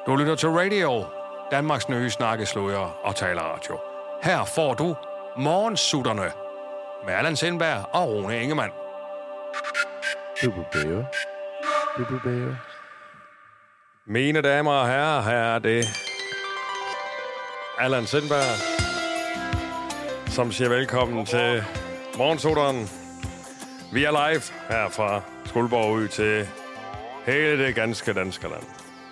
Du lytter til Radio, Danmarks nye snakkesludder og talerradio. Her får du Morgensutterne med Allan Sindberg og Rune Ingemann. Mine damer og herrer, her er det Allan Sindberg, som siger velkommen til Morgensutteren. Vi er live her fra Skuldborg ud til hele det ganske danske land.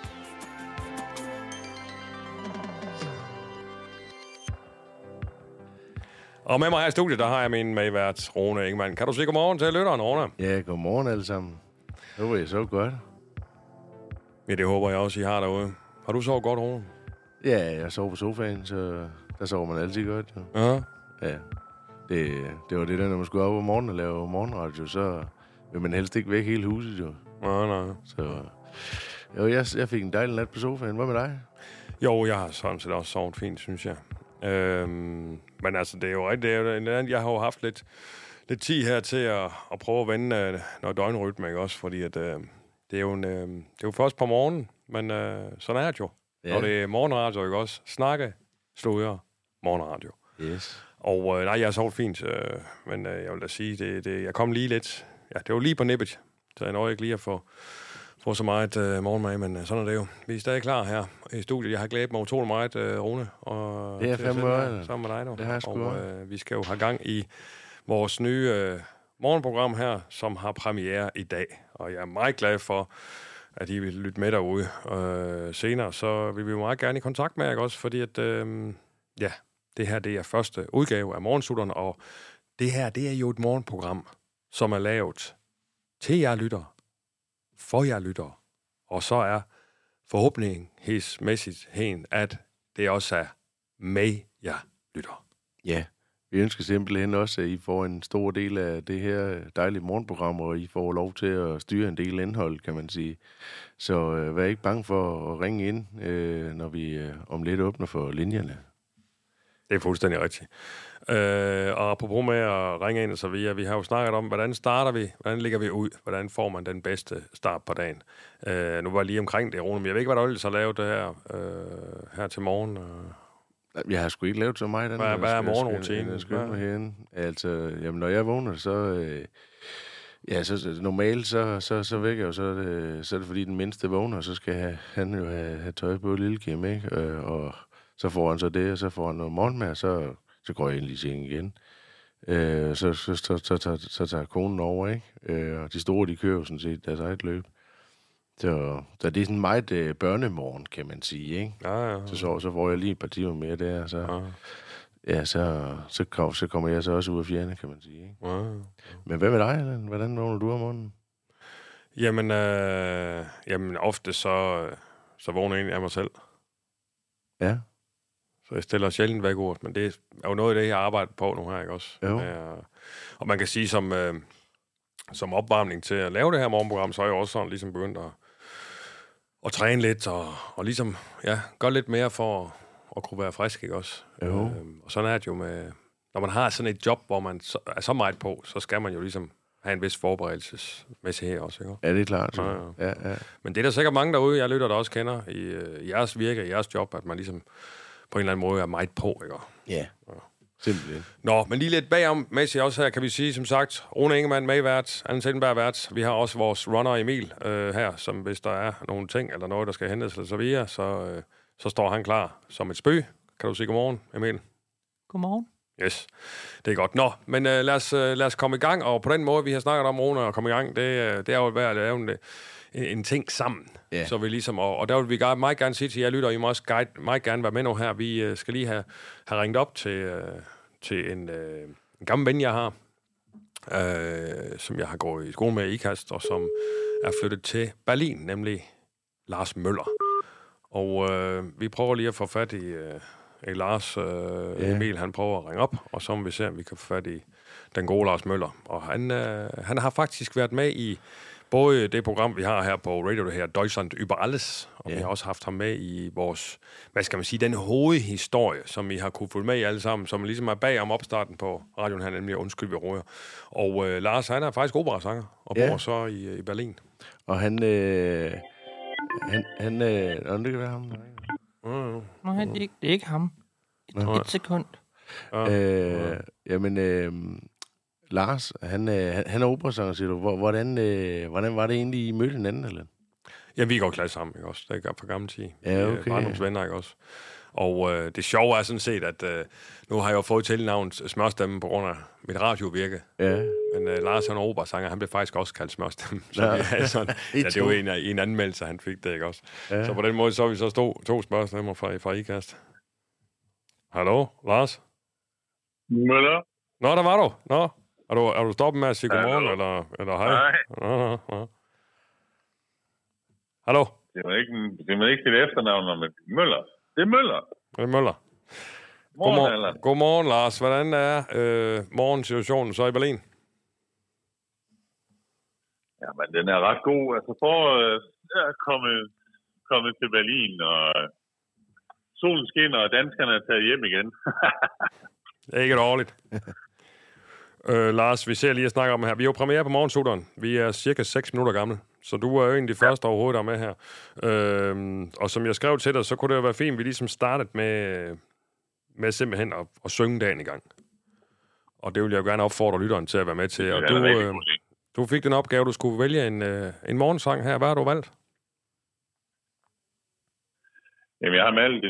Og med mig her i studiet, der har jeg min medvært, Rune Ingemann. Kan du sige godmorgen til lytteren, Rune? Ja, godmorgen alle sammen. Håber I så godt. Ja, det håber jeg også, I har derude. Har du sovet godt, Rune? Ja, jeg sover på sofaen, så der sover man altid godt. Jo. Ja. Ja, det var det der, når man skulle op om morgenen og lave morgenradio, så vil man helst ikke væk hele huset, jo. Nej. Så jo, jeg fik en dejlig nat på sofaen. Hvad med dig? Jo, jeg har sådan set også sovet fint, synes jeg. Men altså, det er jo rigtigt. Jeg har jo haft lidt tid her til at prøve at vende noget døgnrytme, ikke også? Fordi at, det er jo først på morgenen, men sådan er det jo. Ja. Og det er morgenradio, ikke også? Snakke, sludder, morgenradio. Yes. Og nej, jeg har sovet fint, men jeg vil da sige, jeg kom lige lidt. Ja, det var lige på nippet, så jeg nåede ikke lige at få så meget morgenmad, men sådan er det jo. Vi er stadig klar her i studiet. Jeg har glædet mig utrolig meget, Rune. Og det er 5 år. Sammen med dig nu. Det har jeg sgu. Og vi skal jo have gang i vores nye morgenprogram her, som har premiere i dag. Og jeg er meget glad for, at I vil lytte med derude senere. Så vil vi jo meget gerne i kontakt med jer også, fordi at, det her det er første udgave af Morgensutterne, og det her det er jo et morgenprogram, som er lavet til jer lytter, for jer lytter, og så er forhåbningsmæssigt hen, at det også er med jer lytter. Ja, vi ønsker simpelthen også, at I får en stor del af det her dejlige morgenprogram, og I får lov til at styre en del indhold, kan man sige. Så vær ikke bange for at ringe ind, når vi om lidt åbner for linjerne. Det er fuldstændig rigtigt. Og apropos med at ringe ind og så videre, vi har jo snakket om, hvordan starter vi, hvordan ligger vi ud, hvordan får man den bedste start på dagen. Nu var jeg lige omkring det, Rune, men jeg ved ikke, hvad der ellers har lavet det her til morgen. Jeg har sgu ikke lavet så meget. Hvad er morgenrutinen? Altså, jamen, når jeg vågner, så... så normalt, så vækker jeg jo, så er det fordi den mindste vågner, så skal han jo have tøj på lille Kim, ikke? Og så får han så det, og så får han noget morgenmad, så går jeg ind i sengen igen. Så tager konen over, ikke? Og de store, de kører jo sådan set deres eget løb. Så det er sådan meget børnemorgen, kan man sige, ikke? Ja. Så får jeg lige et par timer mere der, så... Ja, så kommer jeg så også ud af fjerne, kan man sige, ikke? Ja. Men hvad med dig, Allan? Hvordan vågner du om morgenen? Jamen ofte så vågner jeg egentlig af mig selv. Ja. Så jeg stiller sjældent vækkeur, men det er jo noget af det, jeg arbejder på nu her, ikke også? Jo. Og man kan sige, som opvarmning til at lave det her morgenprogram, så er jeg også sådan ligesom begyndt at træne lidt, og ligesom, gøre lidt mere for at kunne være frisk, ikke også? Og sådan er det jo med, når man har sådan et job, hvor man er så meget på, så skal man jo ligesom have en vis forberedelsesmæssighed også, ikke? Ja, det er klart. Ja. Men det er der sikkert mange derude, jeg lytter, der også kender i jeres virke, i jeres job, at man ligesom på en eller anden måde er meget på, ikke? Ja, simpelthen. Nå, men lige lidt bagom mæssigt også her, kan vi sige, som sagt, Rune Ingemann medvært, Allan Sindberg vært. Vi har også vores runner Emil her, som hvis der er nogle ting eller noget, der skal hentes eller så videre, så står han klar som et spøg. Kan du sige godmorgen, Emil? Godmorgen. Yes, det er godt. Nå, men lad os komme i gang, og på den måde, vi har snakket om, Rune, at komme i gang, det er jo værd at lave en ting sammen. Yeah. Så vi ligesom, og der vil vi meget gerne sige til jer lytter, I må også meget gerne være med nu her. Vi skal lige have ringet op til en gammel ven, jeg har, som jeg har gået i skole med i IKAST, og som er flyttet til Berlin, nemlig Lars Møller. Og vi prøver lige at få fat i Lars. Emil, han prøver at ringe op, og så må vi se, om vi kan få fat i den gode Lars Møller. Og han har faktisk været med i både det program, vi har her på radio, det her Deutschland über alles, og vi har også haft ham med i vores, hvad skal man sige, den hovedhistorie, som I har kunne følge med i alle sammen, som ligesom er bag om opstarten på radioen her, nemlig Undskyld, vi råder. Og Lars, han er faktisk operasanger, og bor så i Berlin. Og han det kan være ham. Nej, det er ikke ham. Et sekund. Jamen, Lars, han er operasanger, siger du. Hvordan var det egentlig, I mødte hinanden, eller? Ja, vi går klasse sammen, ikke også? Det er for gammel tid. Ja, okay. Vi er nogle venner, ikke også? Og det sjove er sådan set, at nu har jeg jo fået tilnavnet Smørstemme på grund af mit radiovirke. Ja. Men Lars, han er operasanger, han blev faktisk også kaldt Smørstemme. Så vi havde sådan, det var en anmeldelse, han fik det, ikke også? Ja. Så på den måde, så vi så to Smørstemmer fra IKAST. Hallo, Lars? Møller? Nå, der var du. Nå, er du stoppet med at sige godmorgen, eller hej? Nej. Nå. Hallo? Det var ikke dit efternavn, men Møller. Det er Møller. Det er Møller. Godmorgen, Lars. Hvordan er morgensituationen så i Berlin? Jamen, den er ret god. Altså, jeg er kommet til Berlin, og solen skinner, og danskerne er taget hjem igen. Det er ikke dårligt. Lars, vi ser lige at snakke om her. Vi er jo premiere på morgensutteren. Vi er cirka 6 minutter gamle. Så du er jo en af de første overhovedet, der er med her. Og som jeg skrev til dig, så kunne det jo være fint, vi ligesom startede med simpelthen at synge dagen i gang. Og det vil jeg jo gerne opfordre lytteren til at være med til. Og du fik den opgave, du skulle vælge en morgensang her. Hvad har du valgt? Jamen, jeg har valgt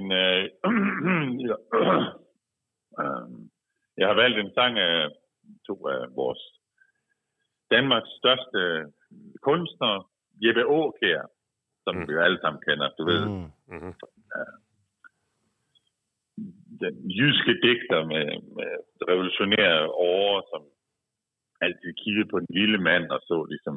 jeg har valgt en sang af to af vores Danmarks største kunstnere, Jeppe Aakjær, som vi jo alle sammen kender, du ved. Mm-hmm. Den jyske digter med revolutionære årer, som altid kiggede på den lille mand og så ligesom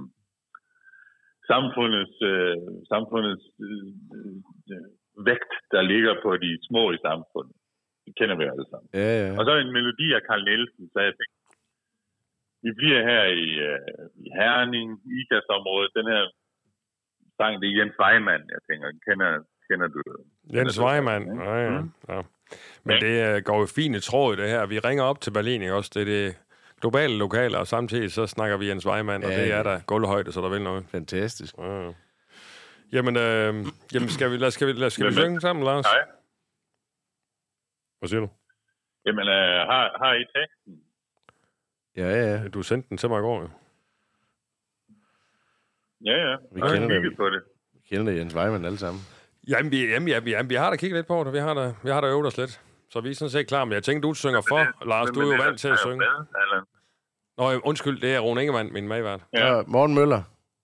samfundets vægt, der ligger på de små i samfundet. Det kender vi alle sammen. Ja. Og så en melodi af Carl Nielsen, så jeg tænkte, vi bliver her i Herning, IKAST-området. Den her sang, det er Jens Weimann, jeg tænker. Kender du det? Jens Weimann, ja. Men det går jo fint i tråd, det her. Vi ringer op til Berlin, ikke også? Det er det globale lokale, og samtidig så snakker vi Jens Weimann, og det er der gulvhøjde, så der vil noget. Fantastisk. Ja. Jamen, skal vi synge sammen, Lars? Nej. Hvad siger du? Jamen, har I teksten? Ja. Du sendte den til mig i går, jo. Ja. Vi kender det, Jens Weimann alle sammen. Jamen, vi har da kigget lidt på det. Vi har da øvet os lidt. Så vi er sådan set klar, men jeg tænkte, du synger for. Lars, du er jo vant til at synge. Nå, undskyld, det er Rune Ingemann, min medvært. Ja, Morten Møller.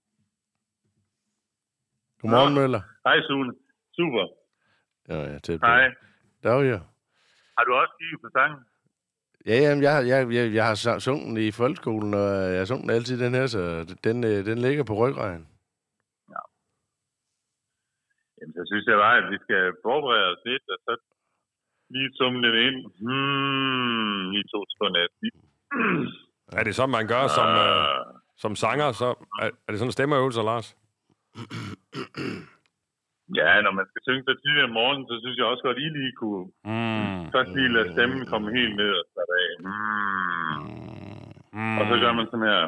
Godmorgen, Møller. Hej, Sune. Super. Ja, tæt på. Hej. Dag. Har du også kigget på sangen? Ja, jamen, jeg har sunget i folkeskolen, og jeg har sunget altid den her, så den ligger på ryggraden. Ja. Jamen, så synes jeg bare, at vi skal forberede os lidt, og så lige summe lidt ind. Lige 2 sekunder. Er det sådan, man gør som sanger? Så er det sådan en stemmeøvelse, Lars? Ja, når man skal synge så tidligt om morgenen, så synes jeg også godt, at I lige kunne først lige lade stemmen komme helt ned og starte af. Og så gør man sådan her.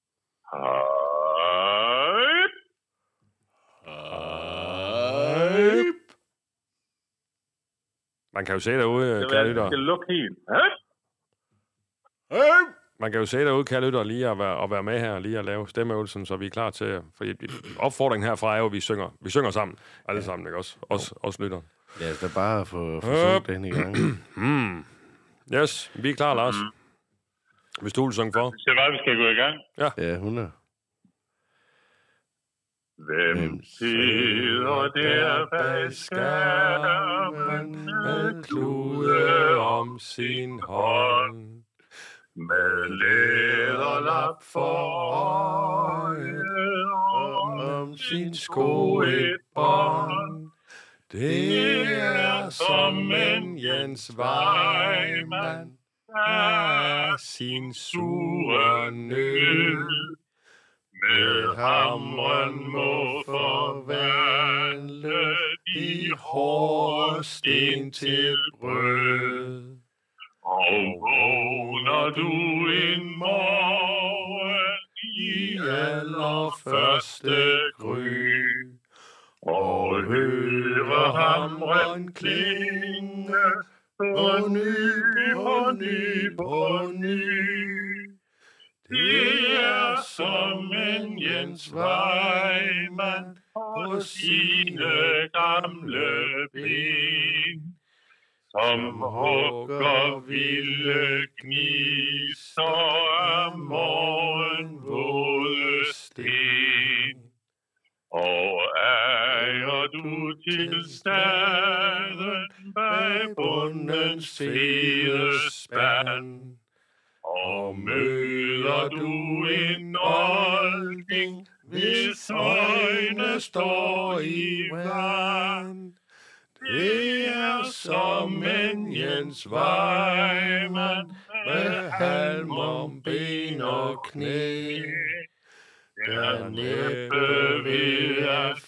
Man kan jo se derude, kære lytter. Det skal lukke helt. Man kan jo se derude, kære lytter, lige at være med her, lige at lave stemmeøvelsen, så vi er klar til. For opfordringen herfra er jo, at vi synger sammen. Alle sammen, ikke også? Også lytteren. Ja, det er bare at få sunget den i gang. Yes, vi er klar, Lars. Hvis du vil synge for. Så bare, vi skal gå i gang. Ja, 100. Hvem sidder der bag skærmen med klude om sin hånd? Med læderlap for øjet om sin sko et bånd. Det er som en Jens Weimann af sin sure nød. Med hamren må forvandle de hårde sten til brød. Og vågner du en morgen i allerførste gry, og og høre hamren klinge på ny. Det er som en Jens Vejmand på sine gamle ben, som hugger vilde gnister af morgenvåde sten. Og ejer du til staden bag bundens fede spand, og møder du en olding, hvis øjne står i vand. Det er som en Jens Vejmand med halm om ben og knæ, der næppe ved at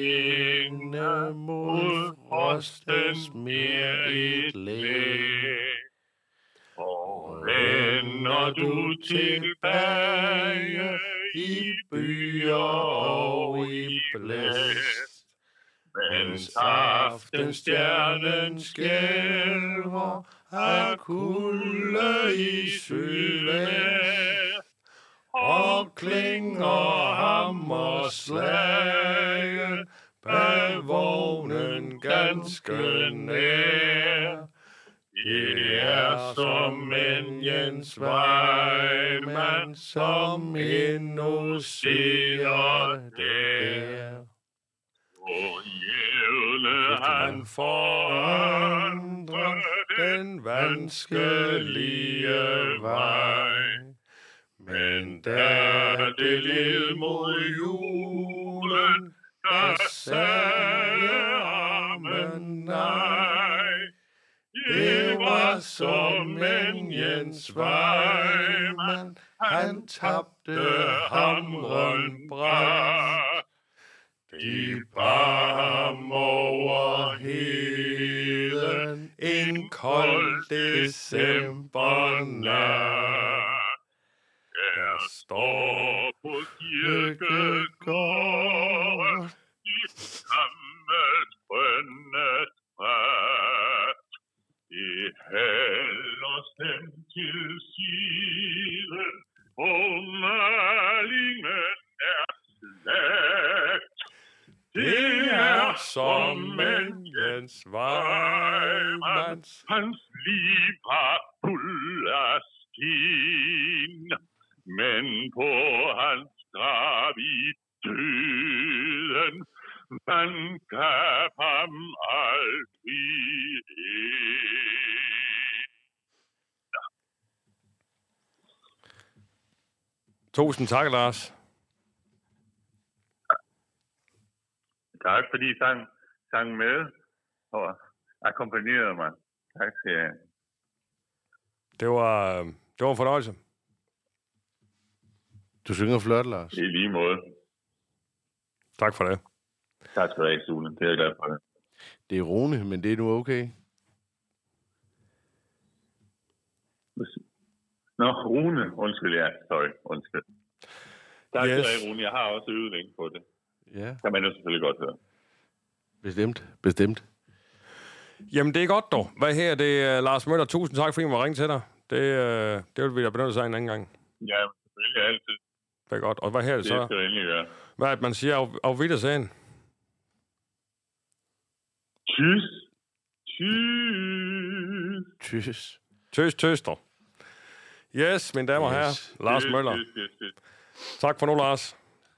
finde mod frostens mere et læg. Og vender du tilbage i byer og i blæst, mens aftenstjernen skælver af kulde i sydvest, og klinger hammerslaget bag vognen ganske nær. Det er som en Jens Vejmand, som endnu ser der. Og jævne han forandre den vanskelige vej. Men da det led mod julen, der sagde armen nej. Det var som en Jens Vejmand, han tabte hamren bræt. De bar ham over heden en kold decembernat. Jeg står på kirkegården i sammelt brøndet træ. Det hælder stemt til siden, og malingen er slægt. Det er som en Jens Vejmand, hans liv var fuld af sten, men på hans grav i døden, man gav ham aldrig en. Tusind tak, Lars. Tak fordi I sang med og akkompagnerede mig. Tak til jer. Det var en fornøjelse. Du synger flot, Lars. I lige måde. Tak for det. Tak skal du have, Sune. Det er jeg glad for. Det er Rune, men det er nu okay. Nå, Rune. Undskyld, ja. Sorry. Undskyld. Tak skal du have, Rune. Jeg har også øvet længe på det. Ja. Kan man jo selvfølgelig godt høre. Bestemt. Jamen, det er godt, dog. Hvad her? Det er Lars Møller. Tusind tak, fordi jeg må ringe til dig. Det vil vi da benytte sig en anden gang. Ja, selvfølgelig altid. Det er godt. Og hvad her er det så? Det skal du endelig gøre. Hvad er det, man siger? Auf Wiedersehen. Tøster. Yes, mine damer og herrer. Lars Møller. Tak for nu, Lars.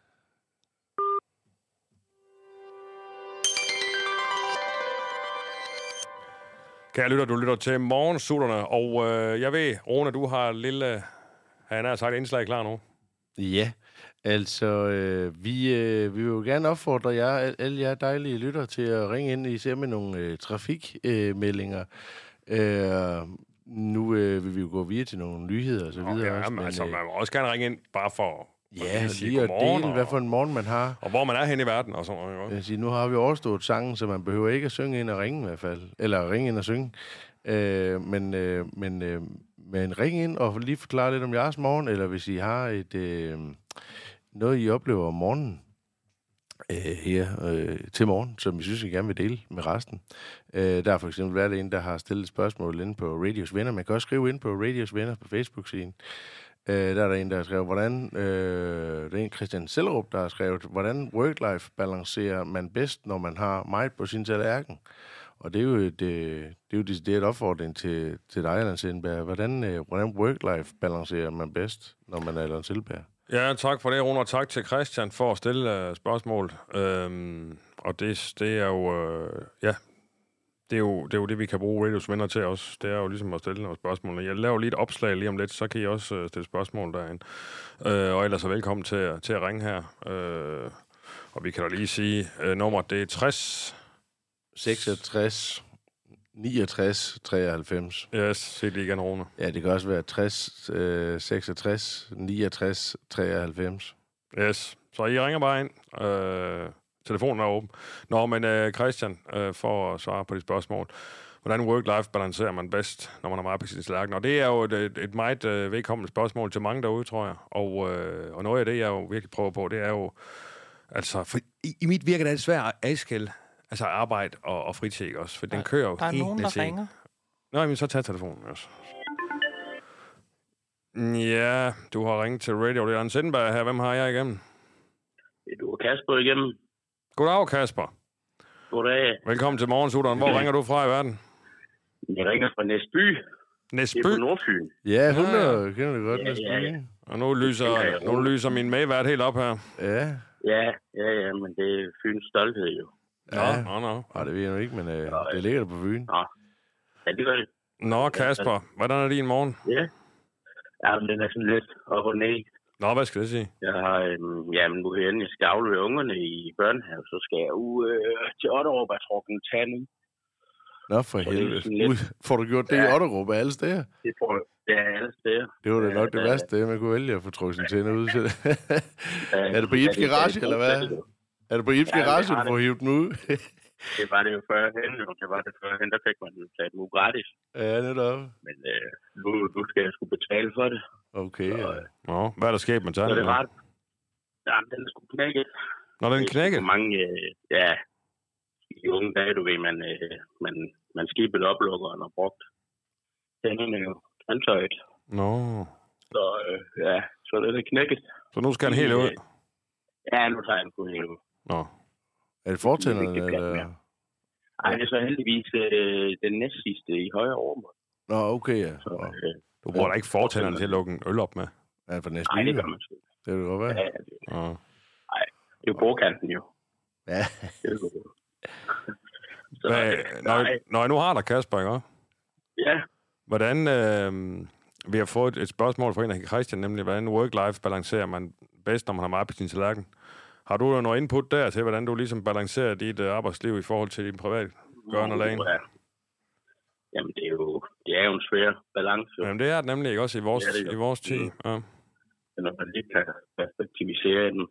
Kære lytter, du lytter til Morgensutterne, og jeg ved, Rune, du har han har sagt indslag klar nu. Ja, altså, vi vil jo gerne opfordre jer, alle jer dejlige lytter, til at ringe ind især med nogle trafikmeldinger. Nu vil vi jo gå videre til nogle nyheder og så videre. Ja, men altså, man må også gerne ringe ind, bare for lige at dele, hvad for en morgen man har. Og hvor man er henne i verden og sådan noget. Jeg siger, nu har vi overstået sangen, så man behøver ikke at synge ind og ringe i hvert fald. Eller ringe ind og synge. Men ring ind og lige forklare lidt om jeres morgen, eller hvis I har noget, I oplever om morgenen. her til morgen, som vi synes, vi gerne vil dele med resten. Der er for eksempel været en, der har stillet spørgsmål inde på Radios Venner. Man kan også skrive ind på Radios Venner på Facebook-siden. Der er der en, der har skrevet, hvordan, det er en Christian Sellerup, der har skrevet, hvordan work-life balancerer man bedst, når man har meget på sin tallerken? Og det er jo decideret opfordring til dig, Allan Sindberg. Hvordan work-life balancerer man bedst, når man er Allan Sindberg? Ja, tak for det, Rune, og tak til Christian for at stille spørgsmål. Og det er jo, det er jo det, vi kan bruge Radios Venner til også. Det er jo ligesom at stille nogle spørgsmål. Jeg laver lige et opslag lige om lidt, så kan I også stille spørgsmål derinde. Og ellers er velkommen til at ringe her. Og vi kan da lige sige, nummeret det er 60... 66, 69, 93. Yes, se lige igen, Rune. Ja, det kan også være 60, 66, 69, 93. Yes, så I ringer bare ind. Telefonen er åben. Nå, men Christian, for at svare på de spørgsmål. Hvordan work-life balancerer man bedst, når man har meget på sin tallerken? Og det er jo et meget velkomment spørgsmål til mange derude, tror jeg. Og noget af det, jeg jo virkelig prøver på, det er jo... Altså, for i mit virke er det svært at adskille altså arbejde og fritid, ikke også? For den kører jo der er helt nogen, der ringer. Nå, men så tag telefonen også. Ja, du har ringet til radio. Det er Allan Sindberg her. Hvem har jeg igennem? Du er Kasper igennem. Goddag, Kasper. Goddag. Velkommen til Morgensutteren. Hvor ringer du fra i verden? Jeg ringer fra Næsby. Næsby? Det er på Nordfyn. Ja, hun kender det godt, Næsby. Ja. Og nu lyser min medvært helt op her. Ja, men det er Fyns stolthed jo. Ja. Nå. Nej, det ved jeg nu ikke, men det ligger der på Fyn. Ja, det gør det. Nå, Kasper. Hvordan er din morgen? Ja, men den er sådan lidt op og ned. Nå, hvad skal det sige? Jeg har, nu herinde, jeg skal aflevere ungerne i børnehave, så skal jeg til Otterup og trukken tage nu. Nå, for helvede. Får du gjort det i Otterup af alle steder? Det får jeg alle steder. Det var da nok det værste, man kunne vælge at få trukket sin tænder ud til. Er det på Ibs Garage, eller hvad? Er det på Ibs Garage, du får hivet den ud? Det var det jo førhen. Der fik man jo taget nu gratis. Ja, netop. Men nu skal jeg sgu betale for det. Okay, ja. Nå, hvad er der sket med tanden? Så det er ret. Jamen, den er sgu knækket. Nå, den er knækket? Mange, i unge dage, du ved, man skibede oplukkeren og brugt tænderne jo antøjet. Nå. Så det er knækket. Så nu skal den helt ud? Ja, nu tager jeg den helt ud. Nå. Er det fortænderne, eller? Nej, det er så heldigvis den næstsidste i højre overmål. Nå, okay, ja. Så, du bruger da ikke fortænderne til at lukke en øl op med? Ja, for næsten. Nej, det gør man sgu. Det vil godt være. Ja, nej, det er jo bordkanten jo. Ja. Det er jo. Når jeg nu har dig, Kasper, ikke? Ja. Hvordan, vi har fået et spørgsmål fra en af Christian, nemlig, hvordan work-life balancerer man bedst, når man har meget på sin tallerken? Har du noget input der til, hvordan du ligesom balancerer dit arbejdsliv i forhold til din private gørne og lagen? Jamen, det er jo en svær balance. Jamen, det er det nemlig ikke også i vores tid. Ja. Når man lige kan perspektivisere den,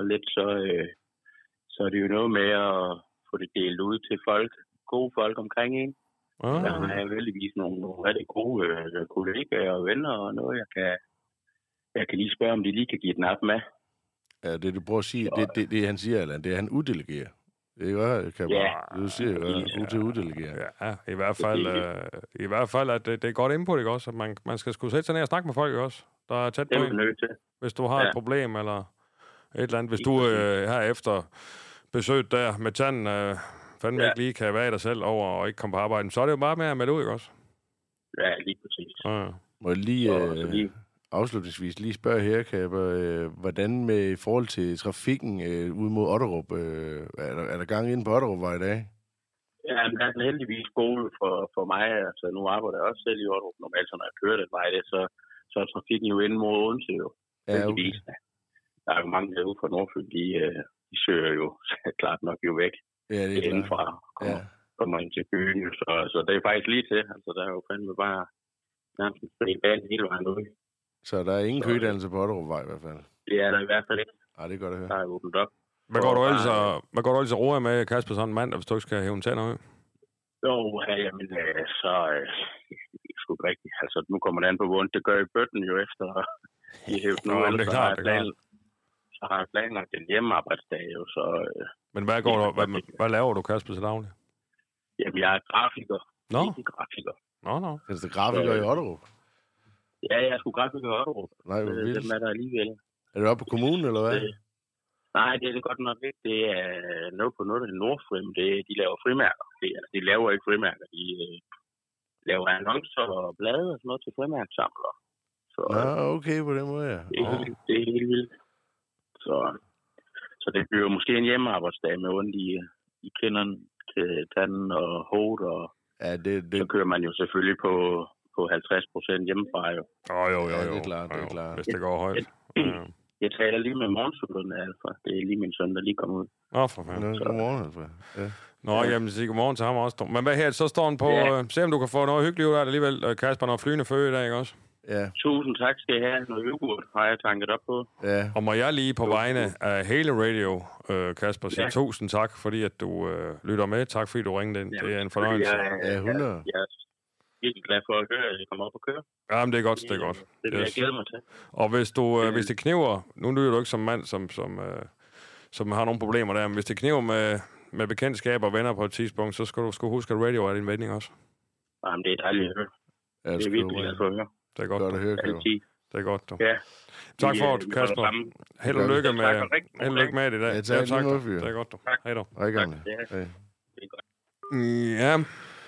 så er det jo noget med at få det delt ud til gode folk omkring en. Der har jeg heldigvis nogle rigtig gode kollegaer og venner og noget, jeg kan lige spørge, om de lige kan give den op med. Ja, det du prøver at sige, det han siger, Allan, det er, han uddelegerer. Det er jo, kan bare, du siger jo, til at uddelegere. Ja, i hvert fald, at det er godt input, ikke også? At man skal sgu sætte sig ned og snakke med folk, ikke også? Der er tæt på en. Hvis du har et problem, eller et eller andet. Hvis du her efter besøget der med tanden, fandme ikke lige kan være i dig selv over og ikke komme på arbejde, så er det jo bare med at melde ud, ikke også? Ja, lige præcis. Ja. Må jeg lige afslutningsvis lige spørge her, Kasper, hvordan med i forhold til trafikken ud mod Otterup, er der gang inde på Otterupvej i dag? Ja, men der er heldigvis gode for mig. Altså, nu arbejder jeg også selv i Otterup. Normalt, når jeg kører den vej, så er trafikken jo inde mod Odense jo. Ja, okay. Der er jo mange derude fra Nordfyn, de søger jo klart nok jo væk. Ja, det er indenfra. Kommer ind til byen. Så det er faktisk lige til. Altså, der er jo fandme bare nærmest en fri bane hele vejen ud. Så der er ingen kødannelse på Otterupvej i hvert fald? Det er der i hvert fald ikke. Nej, det er godt at høre. Der er åbent op. Hvad går du ellers roer med, Kasper, sådan en mand, hvis du ikke skal hæve en tænder ud? Jo, jamen, så det er sgu ikke rigtigt. Altså, nu kommer det an på, hvordan det gør i bøtten jo efter. De hævet nu, det er klart. Så har jeg planlagt en hjemmearbejdsdag, jo, så... Men hvad laver du, Kasper, til daglig? Jamen, jeg er grafiker. Nå? Ikke grafiker. Nå. Er det grafiker i Otterup? Ja, jeg er sgu grafiker i Otterup. Nej, hvor vildt. Dem er der alligevel. Er du oppe på kommunen, eller hvad? Nej, det er det godt nok ikke. Det er noget på noget, der hedder Nordfrim. De laver frimærker. De laver ikke frimærker. De laver annoncer og blade og sådan noget til frimærksamlere. Okay, på den måde, ja. Det er helt vildt. Så det bliver måske en hjemmearbejdsdag med ondt i kinderne til tanden og hovedet. Og så kører man jo selvfølgelig på 50% hjemmefra, jo. Jo. Ja, det er klart. Hvis det går højt. Jeg taler lige med morgensutterne, Alfa. Det er lige min søn, der lige kom ud. For fanden. Godmorgen, Alfa. Ja. Jamen, sig godmorgen til ham også. Men hvad her, så står han på... Se om du kan få noget hyggeligt ud af det alligevel. Kasper, når flyene føde i dag, ikke også? Ja. Tusind tak skal jeg have. Noget yoghurt har jeg tanket op på. Ja. Og må jeg lige på vegne af hele radio, Kasper, sige tusind tak, fordi at du lytter med. Tak, fordi du ringede ind. Det er en fornøjelse. Ja, 100. Jeg er virkelig glad for at høre, at I kommer op og køre. Jamen, det er godt, det er godt. Det vil jeg glæde mig til. Og hvis det kniver... Nu lyder du ikke som mand, som har nogle problemer der, men hvis det kniver med bekendtskaber og venner på et tidspunkt, så skal du huske, at radio er din vending også. Jamen, det er dejligt at høre. Ja, det er virkelig glad for at høre. Det er godt at høre, det er godt, du. Ja. Tak for det, Kasper. Held og lykke med det i dag. Ja, tak. Det er godt, du. Hej du. Hej, gamle. Det er godt. Ja.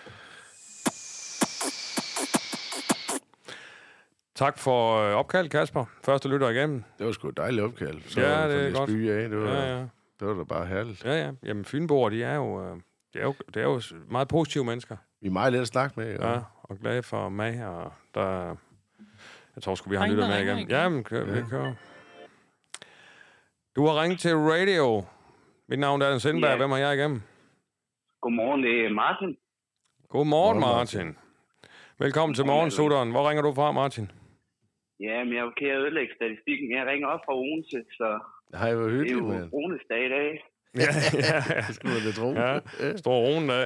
Tak for opkald, Kasper. Første lytter igennem. Det var sgu et dejligt opkald. Så det er godt. Det var da bare herligt. Ja. Jamen, Fynboer, de er jo meget positive mennesker. Vi er meget let at snakke med. Ja, og glade for mig, og der... Jeg tror sgu, vi har lyttet med igen. Jamen, vi kører. Du har ringet til radio. Mit navn er Allan Sindberg. Hvem har jeg igennem? Godmorgen, det er Martin. Godmorgen, Martin. Velkommen til Morgensutteren. Hvor ringer du fra, Martin? Ja, men jeg er jo kære ødelægge statistikken. Jeg ringer op fra Odense, så hej, hvor hyggeligt, det er jo Rones dag i dag. Ja. Skulle man da tro. Ja, stor Rone-dag.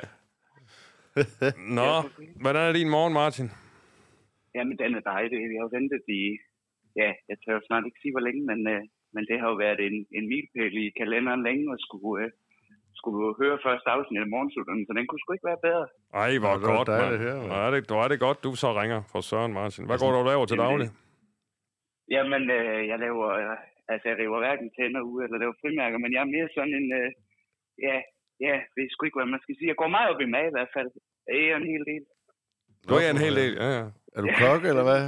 Nå, hvordan er din morgen, Martin? Jamen, den er dejlig. Vi har jo ventet i... Ja, jeg tør jo snart ikke sige, hvor længe, men det har jo været en milepæl i kalenderen længe, og skulle høre første afsnit af Morgensutteren, så den kunne sgu ikke være bedre. Ej, hvor godt, mand. Hvor er det godt, du så ringer for Søren, Martin. Hvad går du og laver til daglig? Jamen, jeg laver... Altså, jeg river hverken tænder ud eller laver frimærker, men jeg er mere sådan en... Ja, jeg ved sgu ikke, hvad man skal sige. Jeg går meget op i mad i hvert fald. Jeg er en hel del. Du er en hel del, ja. Er du kok, eller hvad?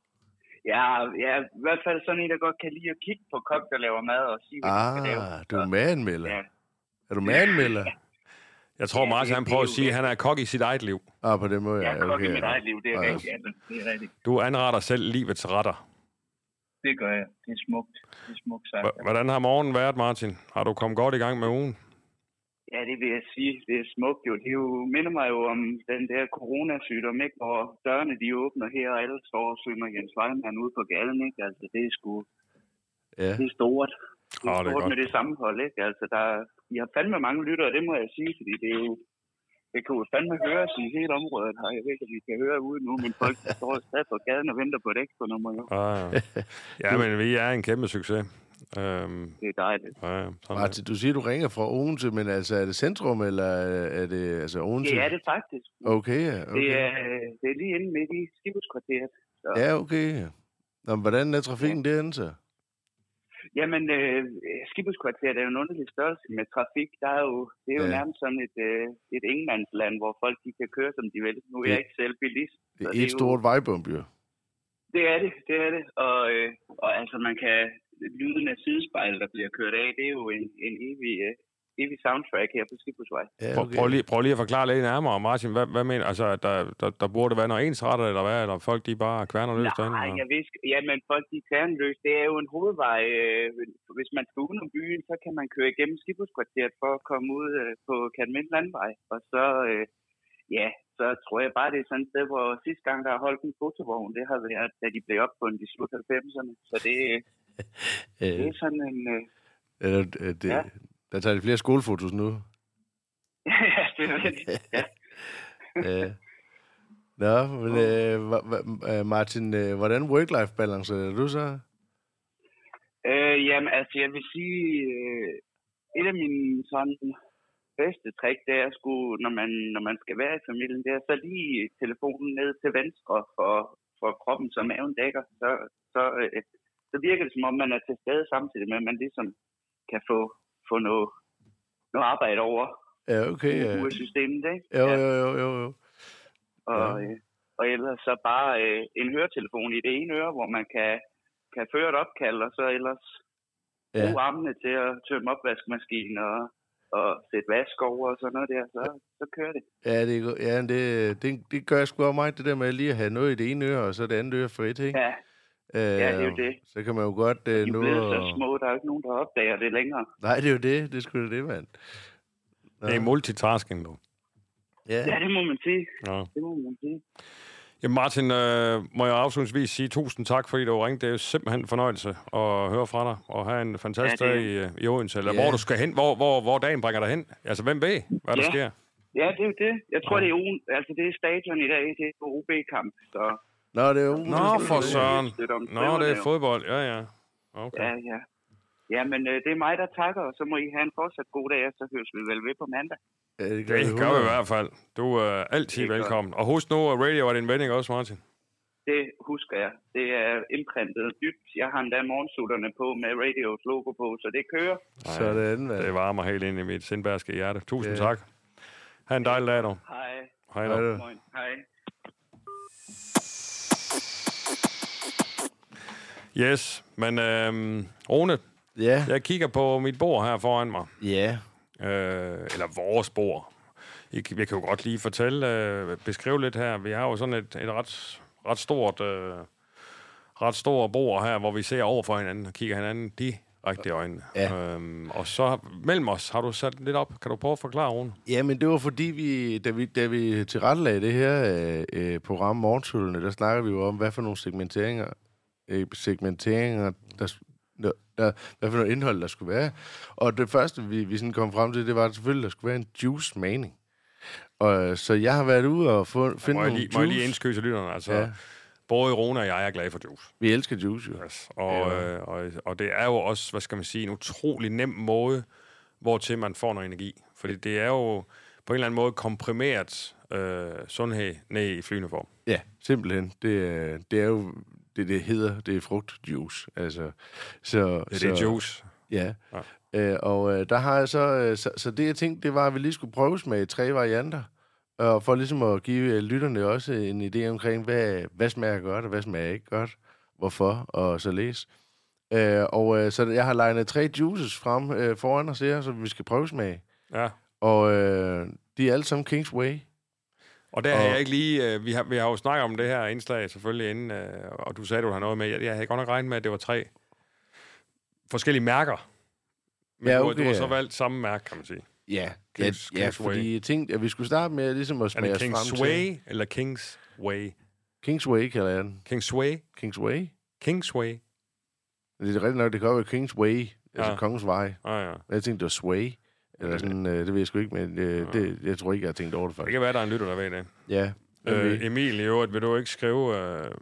Ja, i hvert fald sådan en, der godt kan lide at kigge på kok, der laver mad og sige, hvad de skal lave. Du er madanmelder. Ja. Er du madanmelder? Jeg tror, Martin, han prøver at sige, at han er kok i sit eget liv. På den måde, jeg er kok i mit eget liv, det er rigtigt. Det er rigtigt. Du anretter selv livets retter. Det gør jeg. Det er smukt. Sagt. Hvordan har morgenen været, Martin? Har du kommet godt i gang med ugen? Ja, det vil jeg sige. Det er smukt jo. Det minder mig jo om den der coronasygdom, ikke? Hvor dørene de åbner her, og alle står og synger Jens Vejlmann ude på gaden, ikke? Altså, det er sgu... Ja. Det er stort. Det er stort med det sammenhold, ikke? Altså, I har fandme mange lyttere, det må jeg sige, fordi det er jo... Det kan jo fandme høres i hele området her. Jeg ved ikke, om vi kan høre ude nu, men folk står stadig på gaden og venter på et ekstra nummer. Jo. Ja, men vi er en kæmpe succes. Det er dejligt. Martin, du siger, du ringer fra Odense, men altså, er det centrum, eller er det altså Odense? Det er det faktisk. Okay. Det er lige inde midt i Skibhuskvarteret. Ja, okay. Nå, men hvordan er trafikken derinde så? Jamen, Skibhuskvarteret er jo en underlig størrelse med trafik. Det er jo nærmest sådan et ingenmandsland, hvor folk de kan køre, som de vil. Nu er jeg ikke selv bilist. Det er et stort vejbump, jo. Det er det. Og altså, man kan... Lyden af sidespejl, der bliver kørt af, det er jo en evig soundtrack her på Skibhusvej. Ja, okay. Prøv lige at forklare lidt nærmere, Martin. Hvad mener altså, at der burde være noget ensretter, eller hvad? Eller folk, de bare kværner løs derinde? Nej, jeg vidste... Jamen, folk, de kværner løs. Det er jo en hovedvej. Hvis man skal ud om byen, så kan man køre igennem Skibhuskvarteret for at komme ud på Katmind Landvej. Og så... så tror jeg bare, det er sådan et sted, hvor sidste gang, der har holdt en fotovogn, det har været, da de blev opfundet i slut 90'erne. Så det er sådan en... Der tager de flere skolefotos nu. Ja, det er rigtigt. Ja. Nå, men Martin, hvordan work-life balance er du så? Jamen, altså, jeg vil sige, et af mine sådan bedste trick, det er sgu, når man skal være i familien, det er så lige telefonen ned til venstre for kroppen, så maven dækker. Så virker det, som om man er til stede samtidig med, at man ligesom kan få noget arbejde over. Ja, okay. Systemet, ikke? Jo. Og ellers så bare en høretelefon i det ene øre, hvor man kan føre et opkald, og så ellers bruge armene til at tømme opvaskemaskinen og sætte vask over og sådan noget der, så kører det. Ja, det gør jeg sgu også meget, det der med lige at have noget i det ene øre, og så det andet øre frit, ikke? Ja. Ja, det er jo det. Så kan man jo godt de er blevet så små, der er jo ikke nogen, der opdager det længere. Nej, det er jo det. Det er sgu det, mand. Det er multitasking, du. Ja, det må man sige. Ja. Det må man sige. Jamen Martin, må jeg afslutningsvis sige 1000 tak, fordi du ringte. Det er jo simpelthen en fornøjelse at høre fra dig, og have en fantastisk dag i Odense, eller hvor du skal hen, hvor dagen bringer dig hen. Altså, hvem ved, hvad der sker? Ja, det er jo det. Jeg tror, det er stadion i dag, det er OB-kamp, så... Nå, det er jo... Nå, for søren. Nå, det er fodbold. Ja. Okay. Ja. Ja, men det er mig, der takker, og så må I have en fortsat god dag, og så høres vi vel ved på mandag. Ja, det gør vi i hvert fald. Du er altid velkommen. Og husk nu, at radio er din vending også, Martin. Det husker jeg. Det er indprintet dybt. Jeg har endda morgensutterne på med radios logo på, så det kører. Sådan, det varmer helt ind i mit sindbærske hjerte. Tusind tak. Ha' en dejlig dag, dog. Hej. Hej. Yes, men Rune, jeg kigger på mit bord her foran mig. Ja. Eller vores bord. Jeg kan jo godt lige beskrive lidt her. Vi har jo sådan et ret stort bord her, hvor vi ser over for hinanden og kigger hinanden direkte i øjnene. Ja. Og så mellem os har du sat lidt op. Kan du prøve at forklare, Rune? Ja, men det var fordi, da vi tilrettelagde det her program Morgensutterne, der snakker vi jo om, hvad for nogle segmenteringer hvad for noget indhold der skulle være. Og det første, vi sådan kom frem til, det var selvfølgelig, der skulle være en juice-maning. Og så jeg har været ude og finde nogle juice. Må jeg lige indskyde lytterne? Altså, både Rune og jeg er glade for juice. Vi elsker juice, jo. Yes. Og det er jo også, hvad skal man sige, en utrolig nem måde, hvortil man får noget energi. Fordi det er jo på en eller anden måde komprimeret sundhed ned i flydende form. Ja, simpelthen. Det er jo... Det hedder, det er frugtjuice. Altså, det er juice. Ja. Og der har jeg så det jeg tænkte, det var, at vi lige skulle prøves med 3 varianter. Og for ligesom at give lytterne også en idé omkring, hvad smager godt, og hvad smager ikke godt. Hvorfor, og så læs. Så jeg har legnet 3 juices frem foran os her, så vi skal prøves med. Ja. Og de er alle sammen King's Way. Og der har jeg ikke lige... Vi har jo snakket om det her indslag selvfølgelig inden, og du sagde, du har noget med. Jeg havde godt nok regnet med, at det var 3 forskellige mærker. Men du har så valgt samme mærke, kan man sige. Ja, fordi jeg tænkte, at vi skulle starte med ligesom at smage os frem til... Er det King's Way eller King's Way? King's Way kalder jeg den. King's Way? King's Way. King's Way. Det er rigtigt nok, det kan være King's Way, altså Kongens Vej. Ja. Jeg tænkte, det var Sway. Eller sådan, det ved jeg sgu ikke, men jeg tror ikke, jeg har tænkt over det faktisk. Det kan være, der er en lytter, der ved det. Ja. Emil, i øvrigt, vil du ikke skrive...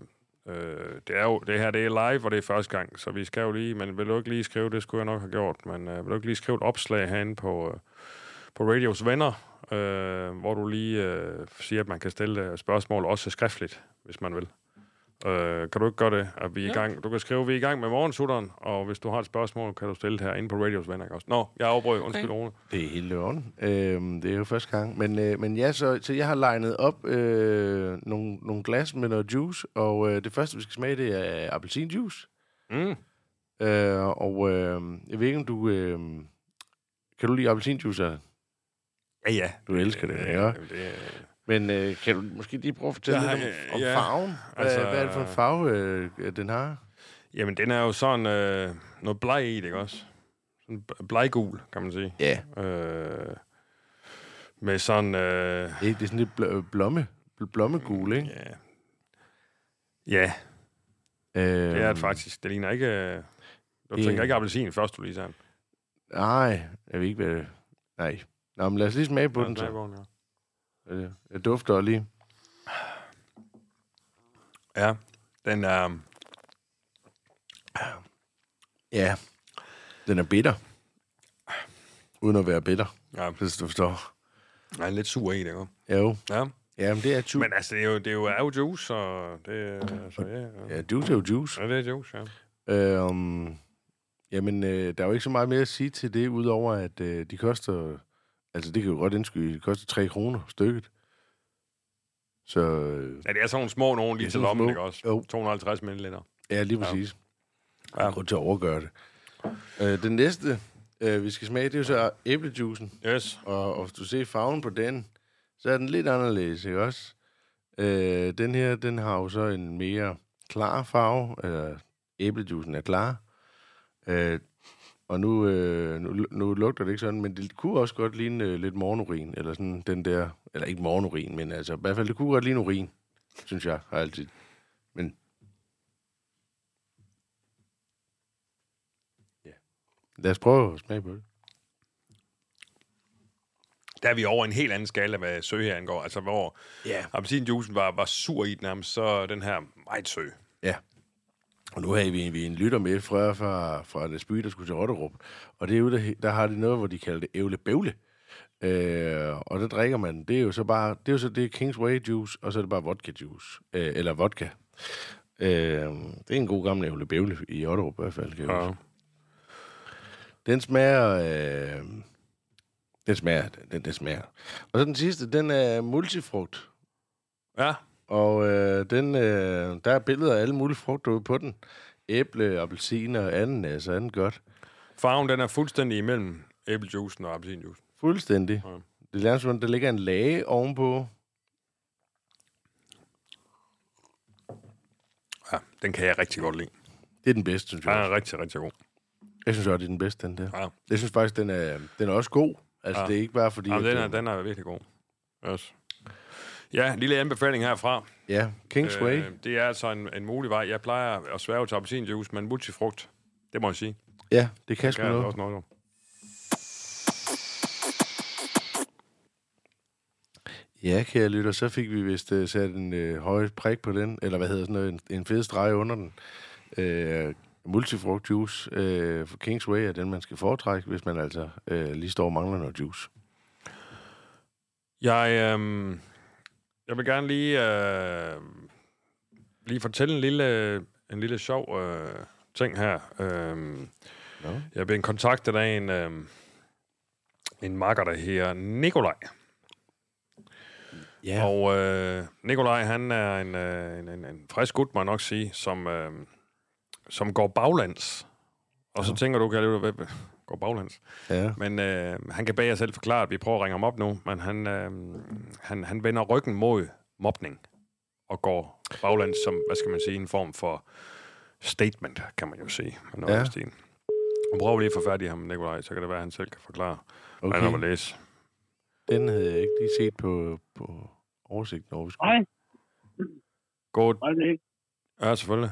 det her det er live, og det er første gang, så vi skal jo lige... Men vil du ikke lige skrive, det skulle jeg nok have gjort, men vil du ikke lige skrive et opslag herinde på Radios Venner, hvor du lige siger, at man kan stille spørgsmål også skriftligt, hvis man vil. Kan du ikke gøre det? At vi er i gang? Du kan skrive, vi er i gang med morgensutteren, og hvis du har et spørgsmål, kan du stille det her inde på Radios Venner også. Nå, jeg afbrød. Undskyld, Rune. Det er helt orden. Det er jo første gang. Men ja, så jeg har legnet op nogle glas med noget juice, og det første, vi skal smage, det er appelsinjuice. Jeg ved ikke, om du... kan du lide appelsinjuice? Ja. Du elsker det, ikke? Men kan du måske lige prøve at fortælle lidt om farven? Hvad er det for en farve, den har? Jamen, den er jo sådan noget bleg i, ikke også? Sådan bleggul, kan man sige. Ja. Med sådan... Det er sådan lidt blommegul, ikke? Ja. Det er det faktisk. Det ligner ikke... Du tænker ikke appelsin først, du lige sagde. Nej, jeg ved ikke, hvad det... Nej. Nå, men lad os lige smage på den, så. Jeg dufter lige. Ja, den er... Ja, den er bitter. Uden at være bitter, Ja. hvis du forstår. Jeg er lidt sur i det, ikke? Jo. Ja. Ja, men det er juice. Men altså, det er jo juice, og det altså, ja. Ja, juice er jo juice. Ja, det er juice, ja. Jamen, der er jo ikke så meget mere at sige til det, udover at de koster... Altså, det kan jo godt indskyde. De koster 3 kroner stykket. Så... Ja, det er sådan nogle små nogen lige til lommen, ikke også? Jo. 250 ml. Ja, lige præcis. Ja. Ja. Grund til at overgøre det. Den næste, vi skal smage, det er jo så æblejuicen. Yes. Og hvis du ser farven på den, så er den lidt anderledes, ikke også? Den her, den har jo så en mere klar farve. Æblejuicen er klar. Og nu lugter det ikke sådan, men det kunne også godt ligne lidt morgenurin, eller sådan den der, eller ikke morgenurin, men altså i hvert fald, det kunne godt ligne urin, synes jeg, har altid. Men ja, lad os prøve at smage på det. Der er vi over en helt anden skala, hvad sø her angår. Altså, hvor appelsinjuicen var sur i den nærmest, så er den her meget sø. Ja. Og nu har vi en lytter med fra Læsby, der skulle til Otterup. Og det er jo, der har de noget, hvor de kalder det ævlebævle. Og der drikker man, det er jo så bare, det er King's Way juice, og så er det bare vodka juice. Eller vodka. Det er en god gammel ævlebævle i Otterup i hvert fald. Kan jeg huske. Den smager... Den smager. Og så den sidste, den er multifrugt. Ja. Og der er billeder af alle mulige frugter ude på den. Æble, appelsiner, ananas og andet godt. Farven, den er fuldstændig imellem æblejuicen og appelsinjuicen. Fuldstændig. Ja. Det er sådan, der ligger en lage ovenpå. Ja, den kan jeg rigtig godt lide. Det er den bedste, synes jeg. Den er rigtig, rigtig god. Jeg synes også, det er den bedste, den der. Ja. Jeg synes faktisk, den er også god. Altså, det er ikke bare fordi... Ja, den er virkelig god. Yes. Ja, en lille anbefaling herfra. Ja, King's Way. Det er altså en mulig vej. Jeg plejer at sværge til appelsinjuice, men multifrugt, det må jeg sige. Ja, det kan sgu noget. noget. Også noget. Ja, kære lytter, så fik vi vist sat en høj prik på den, eller hvad hedder sådan noget, en fed streg under den. Multifrugt juice for King's Way er den, man skal foretrække, hvis man altså lige står og mangler noget juice. Jeg vil gerne lige fortælle en lille sjov ting her. Jeg blev kontaktet af en makker, der hedder Nikolaj. Ja. Og Nikolaj, han er en frisk gut, må jeg nok sige, som går baglands. Og så tænker du, kan jeg lide, går baglands. Ja. Men han kan bag jer selv forklare, at vi prøver at ringe ham op nu, men han vender ryggen mod mobning og går baglands som, hvad skal man sige, en form for statement, kan man jo sige. Ja. Og prøver lige at få fat i ham, Nikolaj, så kan det være, at han selv kan forklare, hvad han vil læse. Den havde jeg ikke lige set på oversigten over. Hej. Godt. Hej. Ja, selvfølgelig.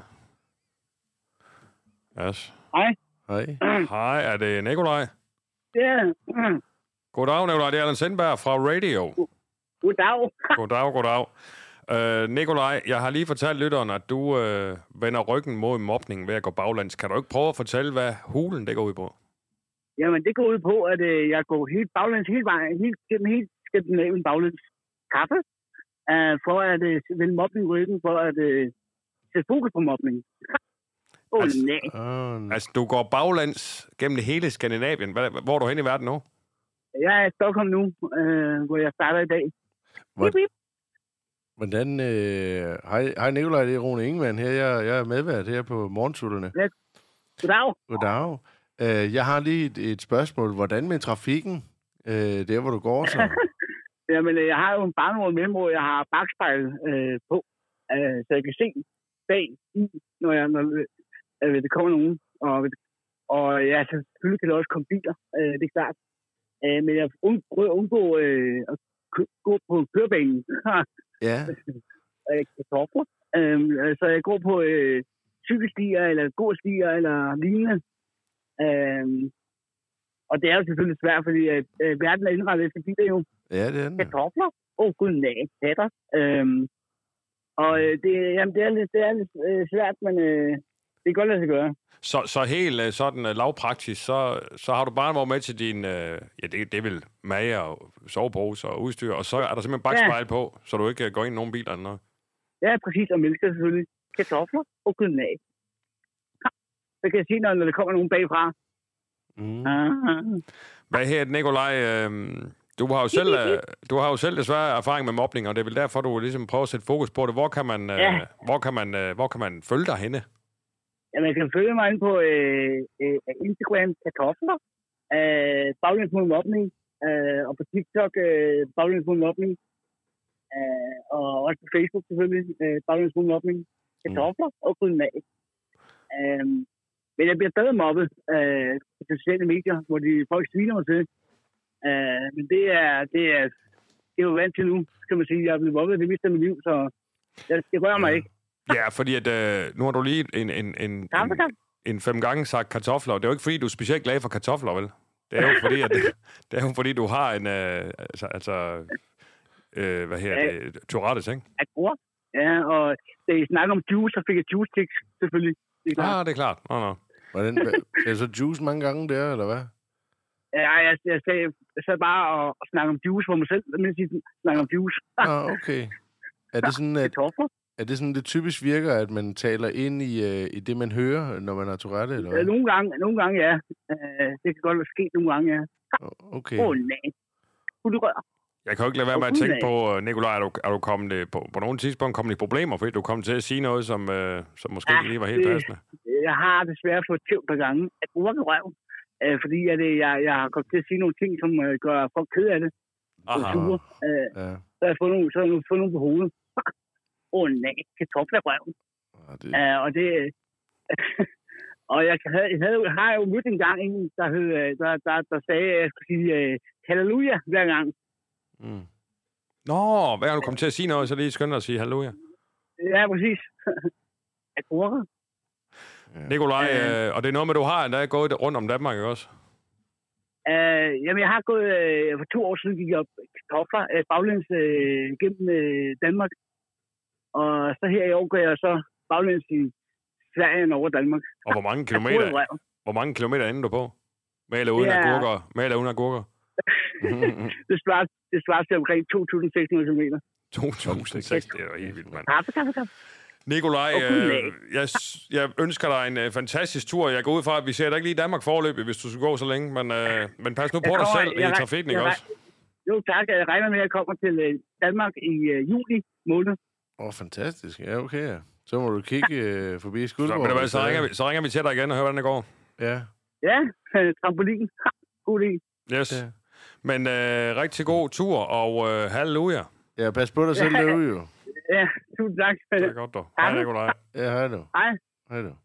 Yes. Hej. Hej. Hej, er det Nikolaj? Ja. Goddag, Nikolaj. Det er Allan Sindberg fra Radio. Goddag. Goddag. Nikolaj, jeg har lige fortalt lytteren, at du vender ryggen mod mobning ved at gå baglands. Kan du ikke prøve at fortælle, hvad hulen det går ud på? Jamen, det går ud på, at jeg går helt baglæns hele vejen, helt Skandinavien baglæns kaffe, for at vende mobning ryggen, for at sætte fokus på mobning. Altså, du går baglands gennem hele Skandinavien. Hvor er du hen i verden nu? Jeg er i Stockholm nu, hvor jeg starter i dag. Hvordan... Hej Nikolaj, det er Rune Ingemann her. Jeg er medvært her på Morgensutterne. Ja. Goddag. Jeg har lige et spørgsmål. Hvordan med trafikken, der hvor du går så? Jamen, jeg har jo en barnevogn med, hvor jeg har bakspejl på, så jeg kan se bag i, når det kommer nogen. Og ja, selvfølgelig kan der også komme biler, det er klart. Men jeg prøver at undgå at gå på kørebanen. Ja. Kartofler. Så jeg går på cykelstier, eller gåstier, eller lignende. Og det er jo selvfølgelig svært, fordi verden er indrettet efter biler jo. Ja, det er den. Kartofler? Gud nej, datter. Og det er lidt svært, men det kan godt lade sig gøre. Så helt sådan lavpraktisk, så har du bare været med til din, det er vel mage og sovepose og udstyr, og så er der simpelthen bakspejl på, så du ikke går ind i nogen biler eller noget. Ja, præcis, og mælker selvfølgelig. Kartofler og kødnag. Så kan jeg sige, når der kommer nogen bagfra. Hvad her, Nikolaj? Du har jo selv desværre erfaring med mobning, og det er vel derfor, du ligesom prøver at sætte fokus på det. Hvor kan man følge dig henne? Ja, man kan følge mig inde på Instagram kartofler, baglæns mod mobning, og på TikTok baglæns mod mobning, og også på Facebook selvfølgelig, baglæns mod mobning, kartofler og kødnag. Men jeg bliver stadig mobbet på sociale medier, hvor folk sviner mig til. Men det er jo vant til nu, skal man sige. Jeg er blevet mobbet det meste af mit liv, så det rører mig ikke. Ja, fordi at, nu har du lige en 5 gange sagt kartofler, og det er jo ikke fordi, du er specielt glad for kartofler, vel? Det er jo fordi, du har en, Tourettes, ikke? Ja, og da I snakker om juice, så fik jeg juice tics, selvfølgelig. Det er klart. Det er klart. Hvordan, er det så juice mange gange der, eller hvad? Ja, jeg sagde bare at snakke om juice for mig selv, mens I snakker om juice. Okay. Er det sådan, det typisk virker, at man taler ind i det, man hører, når man har Tourette, eller hvad? Nogle gange, ja. Det kan godt være sket nogle gange, ja. Okay. Nej. Rør. Jeg kan jo ikke lade være med at tænke på, Nikolaj, er du kommet på nogle tidspunkt kommet i problemer, fordi du kom til at sige noget, som måske ikke lige var helt passende? Jeg har desværre fået tæv par gange at bruge røv, fordi jeg har kommet til at sige nogle ting, som gør folk ked af det. Sure. Så har jeg fået nogle på hovedet. Nej, kartofler i røven. Og det... og jeg har jo mødt en gang en, der sagde, at jeg skulle sige halleluja hver gang. Hver gang du kommer til at sige noget, så er det lige skønt at sige halleluja. Ja, præcis. Jeg bruger det. Nikolaj, og det er noget med, du har endda gået rundt om Danmark, ikke også? Jamen, jeg har gået... for 2 år siden gik jeg op kartofler baglæns gennem Danmark. Og så her i år går jeg så baglæns i Sverige over Danmark. Og hvor mange kilometer ender du på? Med eller uden agurker? Det svarer til omkring 2.600 kilometer. 2.600, det er jo helt vildt, mand. Nikolaj, jeg ønsker dig en fantastisk tur. Jeg går ud fra, at vi ser dig ikke lige i Danmark foreløbig, hvis du skal gå så længe. Men pas nu på dig selv i trafikken, ikke også? Jo, tak. Jeg regner med, at jeg kommer til Danmark i juli måned. Fantastisk. Ja, okay. Ja. Så må du kigge forbi Skuldborg. Så ringer vi til dig igen og hører, hvordan det går. Ja. Ja, trampolin. God idé. Yes. Ja. Men rigtig god tur, og halleluja. Ja, pas på dig selv derude, jo. Ja, tusind tak. Det er godt, dog. Hej, Nikolaj. Ja, hej du. Hej du.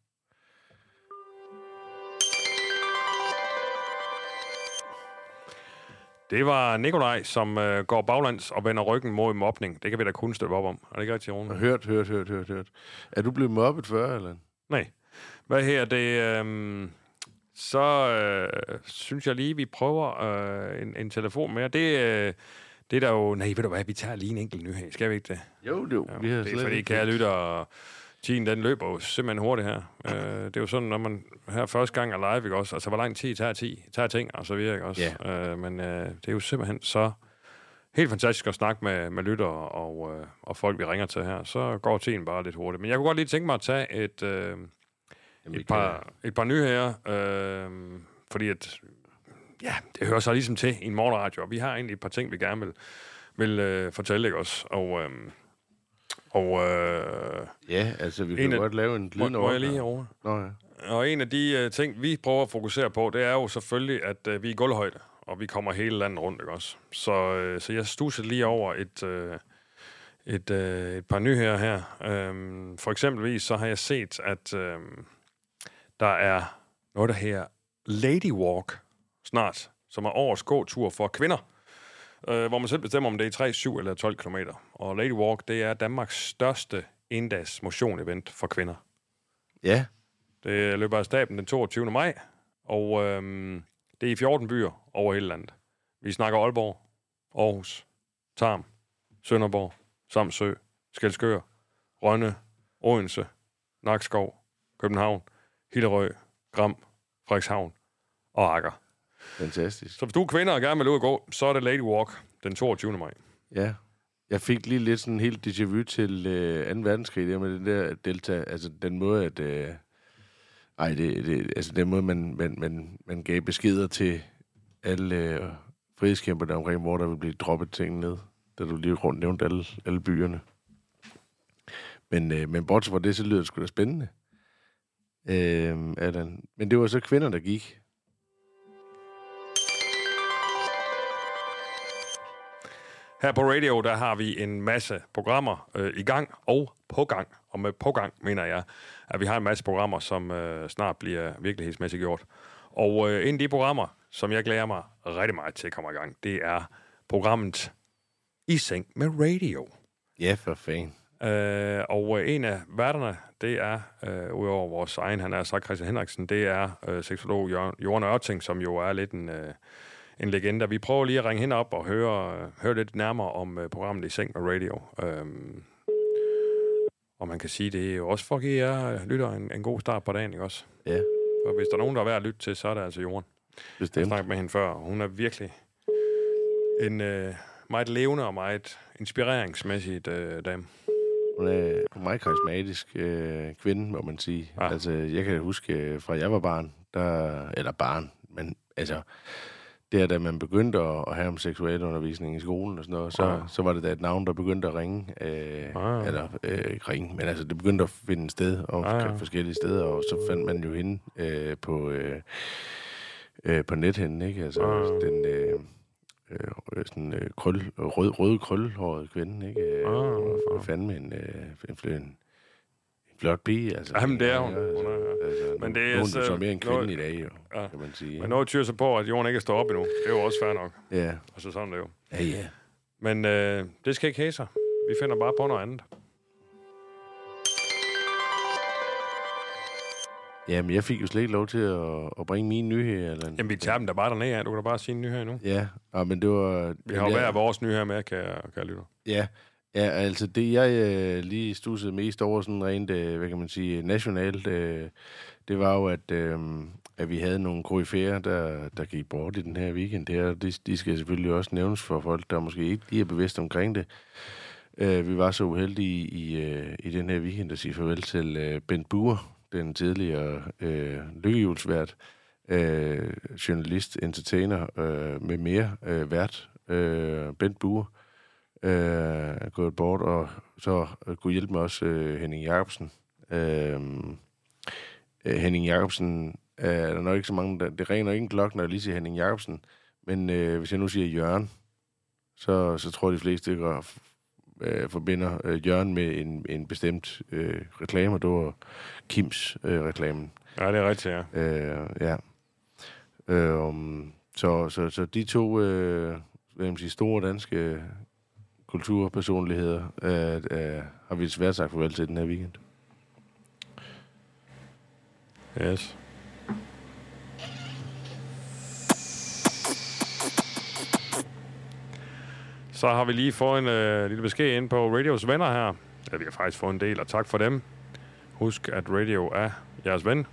Det var Nikolaj, som går baglands og vender ryggen mod mobning. Det kan vi da kun støtte op om. Er det ikke rigtigt, Rune? Hørt. Er du blevet mobbet før, eller? Nej. Hvad her, det... synes jeg lige, vi prøver en telefon mere. Det er der jo... Nej, ved du hvad, vi tager lige en enkelt nyhed. Skal vi ikke det? Jo. Vi har det er fordi, kære lytter, tiden den løber jo simpelthen hurtigt her. Det er jo sådan, når man her første gang er live, ikke også? Altså, hvor lang tid tager ting, og så videre, ikke også? Yeah. Men det er jo simpelthen så helt fantastisk at snakke med lytter og folk, vi ringer til her. Så går tiden bare lidt hurtigt. Men jeg kunne godt lige tænke mig at tage et par nyheder, fordi at, ja, det hører sig ligesom til i en morgenradio, og vi har egentlig et par ting, vi gerne vil fortælle, ikke også? Ja, altså vi kan godt lave en glidende over. Må jeg lige herovre? Nå ja. Og en af de ting, vi prøver at fokusere på, det er jo selvfølgelig, at vi er i gulvhøjde, og vi kommer hele landet rundt, ikke også? Så jeg studsede lige over et par nyheder her. For eksempelvis så har jeg set, at der er noget, der her Lady Walk snart, som er årets gåtur for kvinder, hvor man selv bestemmer, om det er 3, 7 eller 12 kilometer. Og Lady Walk, det er Danmarks største endags motion-event for kvinder. Ja. Det løber af stablen den 22. maj, og det er i 14 byer over hele landet. Vi snakker Aalborg, Aarhus, Tarm, Sønderborg, Samsø, Skælskør, Rønne, Odense, Nakskov, København, Hillerød, Gram, Frederikshavn og Akker. Fantastisk. Så hvis du er kvinder og gerne vil ud og gå, så er det Lady Walk den 22. maj. Ja. Jeg fik lige lidt sådan helt déjà vu til 2. verdenskrig, der med den der delta, altså den måde, at... altså den måde, man gav beskeder til alle frihedskæmperne omkring, hvor der ville blive droppet ting ned, da du lige rundt nævnte alle byerne. Men bortset fra det, så lyder det sgu da spændende. Allan. Men det var så kvinder, der gik. Her på radio, der har vi en masse programmer i gang og på gang. Og med på gang mener jeg, at vi har en masse programmer, som snart bliver virkelighedsmæssigt gjort. Og en af de programmer, som jeg glæder mig rigtig meget til at komme i gang, det er programmet I Seng med Radio. Ja, for fanden. Og en af værterne, det er, udover vores egen, han er sagt Christian Henriksen, det er seksolog Jørgen Ørting, som jo er lidt en legende. Vi prøver lige at ringe hende op og høre lidt nærmere om programmet I Seng med Radio. Og man kan sige, det er jo også for at give jer lytter en god start på dagen, ikke også? Ja. Og hvis der er nogen, der er værd at lytte til, så er det altså Jorden. Bestemt. Jeg snakkede med hende før, og hun er virkelig en meget levende og meget inspireringsmæssigt dame. Hun er en meget karismatisk kvinde, må man sige. Ja. Altså, jeg kan huske, fra jeg var barn, men altså... Det er, da man begyndte at have om seksualundervisning i skolen og sådan noget, så var det da et navn, der begyndte at ringe. Ikke ringe, men altså det begyndte at finde sted og forskellige steder, og så fandt man jo hende på nethen, ikke? Altså den røde krøllehårede kvinde, ikke? Og fandme en flot pige, altså. Jamen, det er hun. Altså, men det er hun så mere en kvinde i dag, jo, kan man sige. Men noget tyder sig på, at jorden ikke er stået op endnu. Det er jo også fair nok. Ja. Og så sådan det jo. Ja. Men det skal ikke hæse. Vi finder bare på noget andet. Jamen, jeg fik jo slet ikke lov til at bringe mine nyheder. Eller Jamen, vi tager dem der bare dernede af. Du kan da bare sige en nyhed nu. Ja, men det var... Vi har jo hver vores nyheder med, kan jeg lytte. Ja, altså det, jeg lige stussede mest over sådan rent, hvad kan man sige, nationalt, det var jo, at vi havde nogle koryfæer, der gik bort i den her weekend her. De skal selvfølgelig også nævnes for folk, der måske ikke lige er bevidst omkring det. Vi var så uheldige i den her weekend at sige farvel til Bent Bure, den tidligere lykkehjulsvært, journalist, entertainer med mere vært, Bent Bure. Er gået bort, og så kunne hjælpe mig også Henning Jacobsen. Henning Jacobsen er der nok ikke så mange, det ringer ikke en klokke, når jeg lige siger Henning Jacobsen, men hvis jeg nu siger Jørgen, så tror jeg, de fleste forbinder Jørgen med en bestemt reklame, og det var Kims reklamen. Ja, det er rigtigt, ja. Så de to store danske kulturpersonligheder har vi desværre sagt farvel til den her weekend. Yes. Så har vi lige fået en lille besked ind på Radios venner her. Ja, vi har faktisk fået en del, og tak for dem. Husk, at Radio er jeres ven.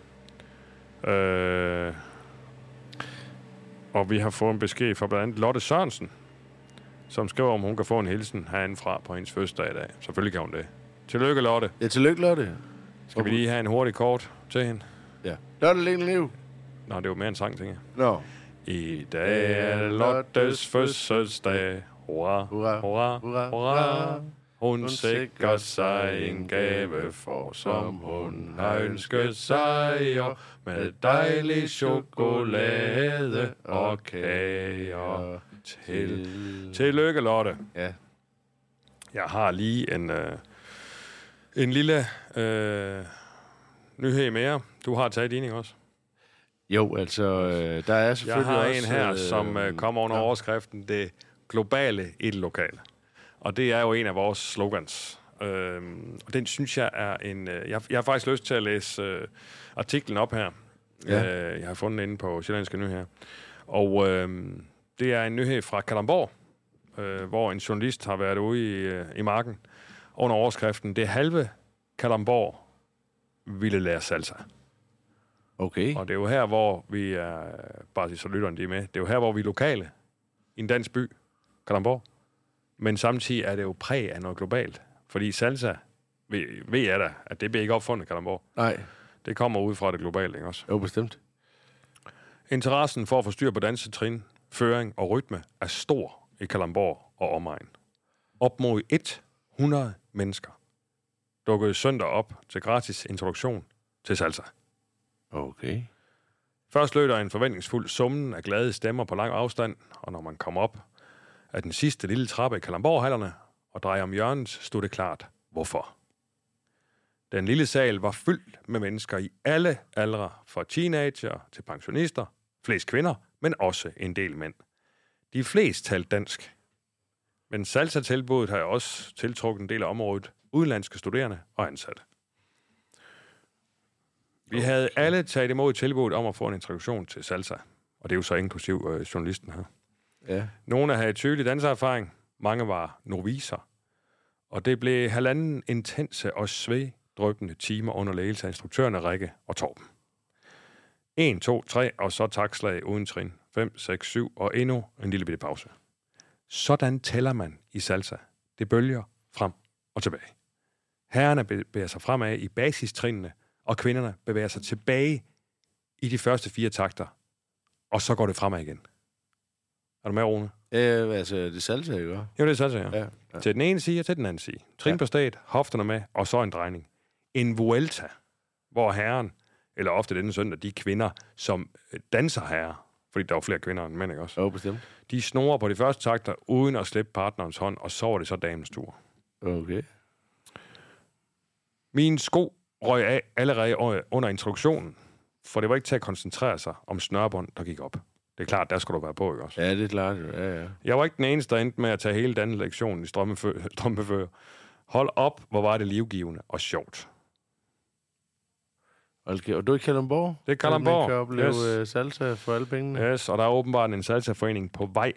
Og vi har fået en besked fra blandt andet Lotte Sørensen, som skriver, om hun kan få en hilsen herindefra på hendes fødselsdag i dag. Selvfølgelig kan hun det. Tillykke, Lotte. Ja, tillykke, Lotte. Skal vi lige have en hurtig kort til hende? Ja. Lotte, længe liv. Nå, det er jo mere en sang, tænker jeg. Nå. I dag er Lottes fødselsdag. Hurra, hurra, hurra, hurra, hurra. Hun sikrer sig en gave for, som hun har ønsket sig, og med dejlig chokolade og kager. Tillykke, Lotte. Ja. Jeg har lige en lille nyhed mere. Du har taget din, ikke også? Jo, altså, der er selvfølgelig jeg har også... en her, som kommer under overskriften Det globale i det lokale. Og det er jo en af vores slogans. Og den synes jeg er en... Jeg har faktisk lyst til at læse artiklen op her. Ja. Jeg har fundet den inde på Sjællandske Nyheder. Og det er en nyhed fra Kalundborg, hvor en journalist har været ude i marken under overskriften Det halve Kalundborg ville lære salsa. Okay. Og det er jo her, hvor vi er, bare så lytteren de er med, det er jo her, hvor vi er lokale i en dansk by, Kalundborg. Men samtidig er det jo præg af noget globalt. Fordi salsa, ved jeg da, at det bliver ikke opfundet i Kalundborg. Nej. Det kommer ud fra det globale, ikke også? Jo, bestemt. Interessen for at få styr på dansetrin, føring og rytme er stor i Kalundborg og omegn. Op mod 100 mennesker dukkede søndag op til gratis introduktion til salsa. Okay. Først lød der en forventningsfuld summen af glade stemmer på lang afstand, og når man kom op af den sidste lille trappe i Kalundborg-hallerne og drejer om hjørnet, stod det klart, hvorfor. Den lille sal var fyldt med mennesker i alle aldre, fra teenager til pensionister, flest kvinder, men også en del mænd. De fleste talte dansk. Men salsa-tilbuddet har også tiltrukket en del af området, udenlandske studerende og ansatte. Vi havde alle taget imod tilbuddet om at få en introduktion til salsa, og det er jo så inklusiv journalisten her. Ja. Nogle havde tydelig dansererfaring, mange var noviser, og det blev 1,5 intense og sveddrøbende timer under ledelse af instruktørerne Rikke og Torben. 1, 2, 3, og så takslag uden trin. 5, 6, 7, og endnu en lille bitte pause. Sådan tæller man i salsa. Det bølger frem og tilbage. Herrerne bevæger sig fremad i basistrinene, og kvinderne bevæger sig tilbage i de første 4 takter, og så går det fremad igen. Er du med, Rune? Altså, det er salsa, ikke? Jo, det er salsa, ja. Ja. Til den ene side og til den anden side. Trin på stedet, hofterne med, og så en drejning. En vuelta, hvor herren, eller ofte denne søndag, de kvinder, som danser herrer, fordi der er flere kvinder end mænd, ikke også? Jo, bestemt. De snorer på de første takter, uden at slippe partnerens hånd, og så er det så damens tur. Okay. Min sko røg af allerede under introduktionen, for det var ikke til at koncentrere sig om snørbånd, der gik op. Det er klart, der skulle du være på, ikke også? Ja, det er klart. Ja. Jeg var ikke den eneste, der endte med at tage hele denne lektion i strømmefører. Hold op, hvor var det livgivende og sjovt. Okay. Og du er i Kalundborg? Det er Kalundborg. Man kan opleve salsa for alle pengene. Yes, og der er åbenbart en salsa-forening på vej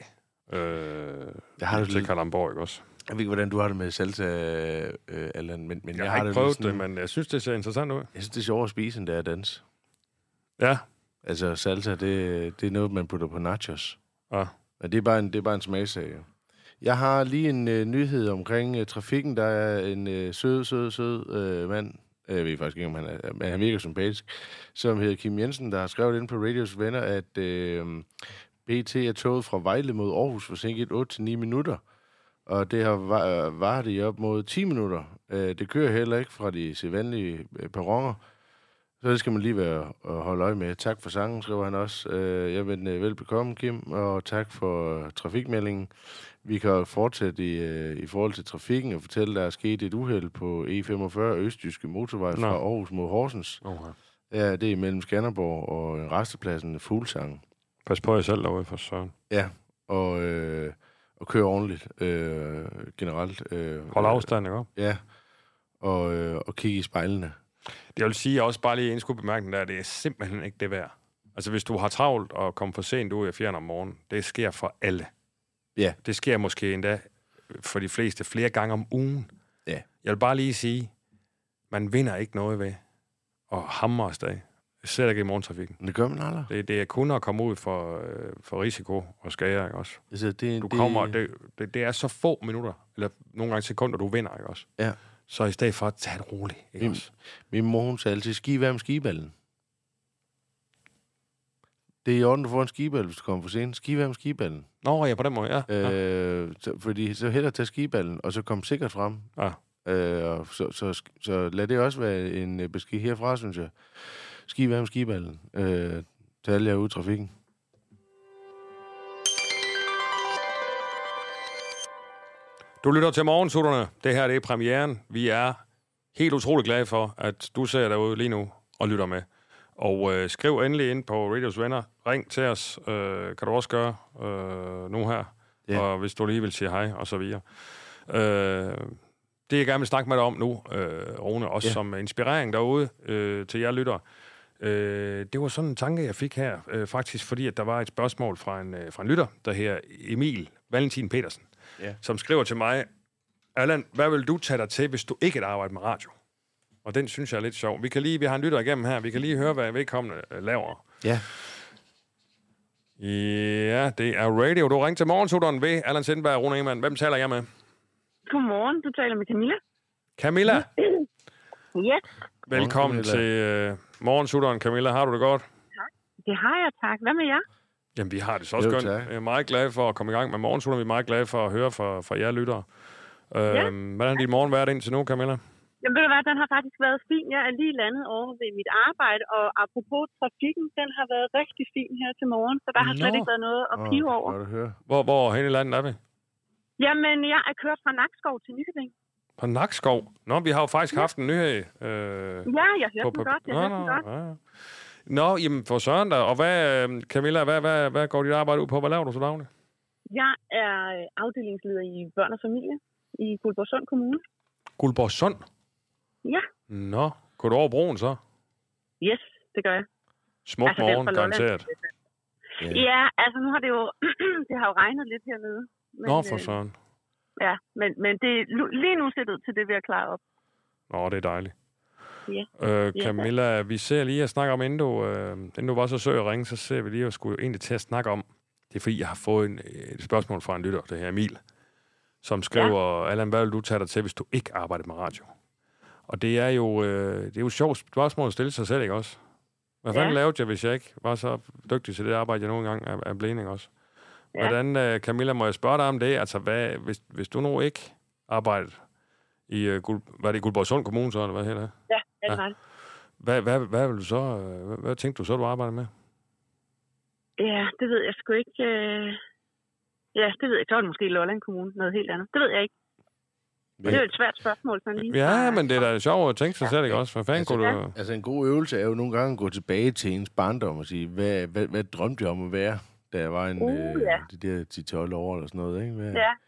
til Kalundborg, ikke også? Jeg ved ikke, hvordan du har det med salsa, Allan, men jeg har ikke prøvet det, men jeg synes, det ser interessant ud. Jeg synes, det er sjovere at spise, end det er at danse. Ja. Altså, salsa, det er noget, man putter på nachos. Ja. Og det er bare en smagsag, jo. Jeg har lige en nyhed omkring trafikken. Der er en sød mand, jeg ved faktisk ikke, om han er, men han virker sympatisk, som hedder Kim Jensen, der har skrevet ind på Radios Venner, at BT er toget fra Vejle mod Aarhus forsinket 8-9 minutter. Og det har varet i op mod 10 minutter. Det kører heller ikke fra de sædvanlige perroner. Så det skal man lige være og holde øje med. Tak for sangen, skriver han også. Jeg vil velbekomme, Kim, og tak for trafikmeldingen. Vi kan fortsætte i forhold til trafikken og fortælle, at der er sket et uheld på E45 Østjyske Motorvej fra Aarhus mod Horsens. Okay. Ja, det er mellem Skanderborg og restepladsen Fuglsang. Pas på jer selv derude for søren. Ja, og køre ordentligt generelt. Hold afstand, ikke? Ja, og kigge i spejlene. Det vil sige, også bare lige en skud bemærkning der, det er simpelthen ikke det værd. Altså, hvis du har travlt og kommer for sent ud af fjern om morgenen, det sker for alle. Ja. Det sker måske endda for de fleste flere gange om ugen. Ja. Jeg vil bare lige sige, man vinder ikke noget ved at hamre afsted. Slet ikke i morgentrafikken. Det gør man aldrig. Det er kun at komme ud for risiko og skære, ikke også? Altså, det er så få minutter, eller nogle gange sekunder, du vinder, ikke også? Ja. Så i stedet for at tage det roligt, ikke også? Min mor, hun sagde altid, skiværm skiballen. Det er i orden, du får en skiball, hvis du kommer for sent. Skiværm skiballen. Nå, ja, på den måde, ja. Fordi så hellere tage skiballen, og så komme sikkert frem. Ja. Så lad det også være en besked herfra, synes jeg. Skiværm skiballen. Til alle jer ude i trafikken. Du lytter til Morgensutterne. Det her det er premieren. Vi er helt utrolig glade for, at du ser derude lige nu og lytter med. Og skriv endelig ind på Radios Venner. Ring til os. Kan du også gøre nu her. Ja. Og hvis du lige vil sige hej, og så videre. Det jeg gerne vil snakke med dig om nu, Rune, også som inspirering derude til jer lyttere. Det var sådan en tanke, jeg fik her, faktisk fordi, at der var et spørgsmål fra en lytter, der her Emil Valentin Og den synes jeg er lidt sjov. Vi har en lytter igennem her. Vi kan lige høre, hvad vedkommende laver. Ja. Ja, det er radio. Du ringer til morgensutteren ved Allan Sindberg og Rune Ingemann. Hvem taler jeg med? Godmorgen, du taler med Camilla. Camilla? Yes. Velkommen til morgensutteren, Camilla. Har du det godt? Tak. Det har jeg, tak. Hvad med jer? Jamen, vi har det så skønt. Jeg er meget glad for at komme i gang med morgensutteren. Vi er meget glade for at høre fra jer lyttere. Hvordan har din morgen været indtil nu, Camilla? Jamen, ved du hvad, den har faktisk været fin. Jeg er lige landet over ved mit arbejde, og apropos trafikken, den har været rigtig fin her til morgen, så der har slet ikke været noget at pive over. Hvor hen i landet er vi? Jamen, jeg er kørt fra Nakskov til Nykøbing. På Nakskov? Nå, vi har jo faktisk haft en nyhed. Ja, jeg hørte den godt. Nå, jamen for søren da. Og hvad, Camilla, hvad går dit arbejde ud på? Hvad laver du så dagligt? Jeg er afdelingsleder i børn og familie i Guldborgsund Kommune. Guldborgsund? Ja. Nå, går du over broen så? Yes, det gør jeg. Smuk morgen, garanteret. Ja, altså nu har det jo det har jo regnet lidt hernede. Men, Nå, for søren. Ja, men det, lige nu ser det ud til, det ved at klare op. Nå, det er dejligt. Ja. Camilla, vi ser lige at snakke om, inden du var så søg at ringe, så ser vi lige at skulle egentlig til at snakke om. Det er fordi, jeg har fået et spørgsmål fra en lytter, det her Emil, som skriver, Allan, hvad vil du tage dig til, hvis du ikke arbejder med radio? Og det er jo et sjovt spørgsmål at stille sig selv, ikke også? Hvad fanden lavede jeg, hvis jeg ikke var så dygtig til det arbejde, jeg nogle gange er blevet, ikke også? Ja. Hvordan, Camilla, må jeg spørge dig om det? Altså, hvis du nu ikke arbejdede i var det Guldborgsund Kommune så, eller hvad hedder det? Ja, det er det. Hvad vil du så, hvad tænkte du så, du arbejder med? Ja, det ved jeg sgu ikke. Ja, det ved jeg. Så var det måske Lolland Kommune, noget helt andet. Det ved jeg ikke. Det er jo et svært spørgsmål, sådan lige. Ja, men det er da sjovt at tænke sig selv, ikke også? Hvad fanden kunne du... Altså, en god øvelse er jo nogle gange at gå tilbage til ens barndom og sige, hvad drømte jeg om at være, da jeg var de der 10-12 år eller sådan noget, ikke?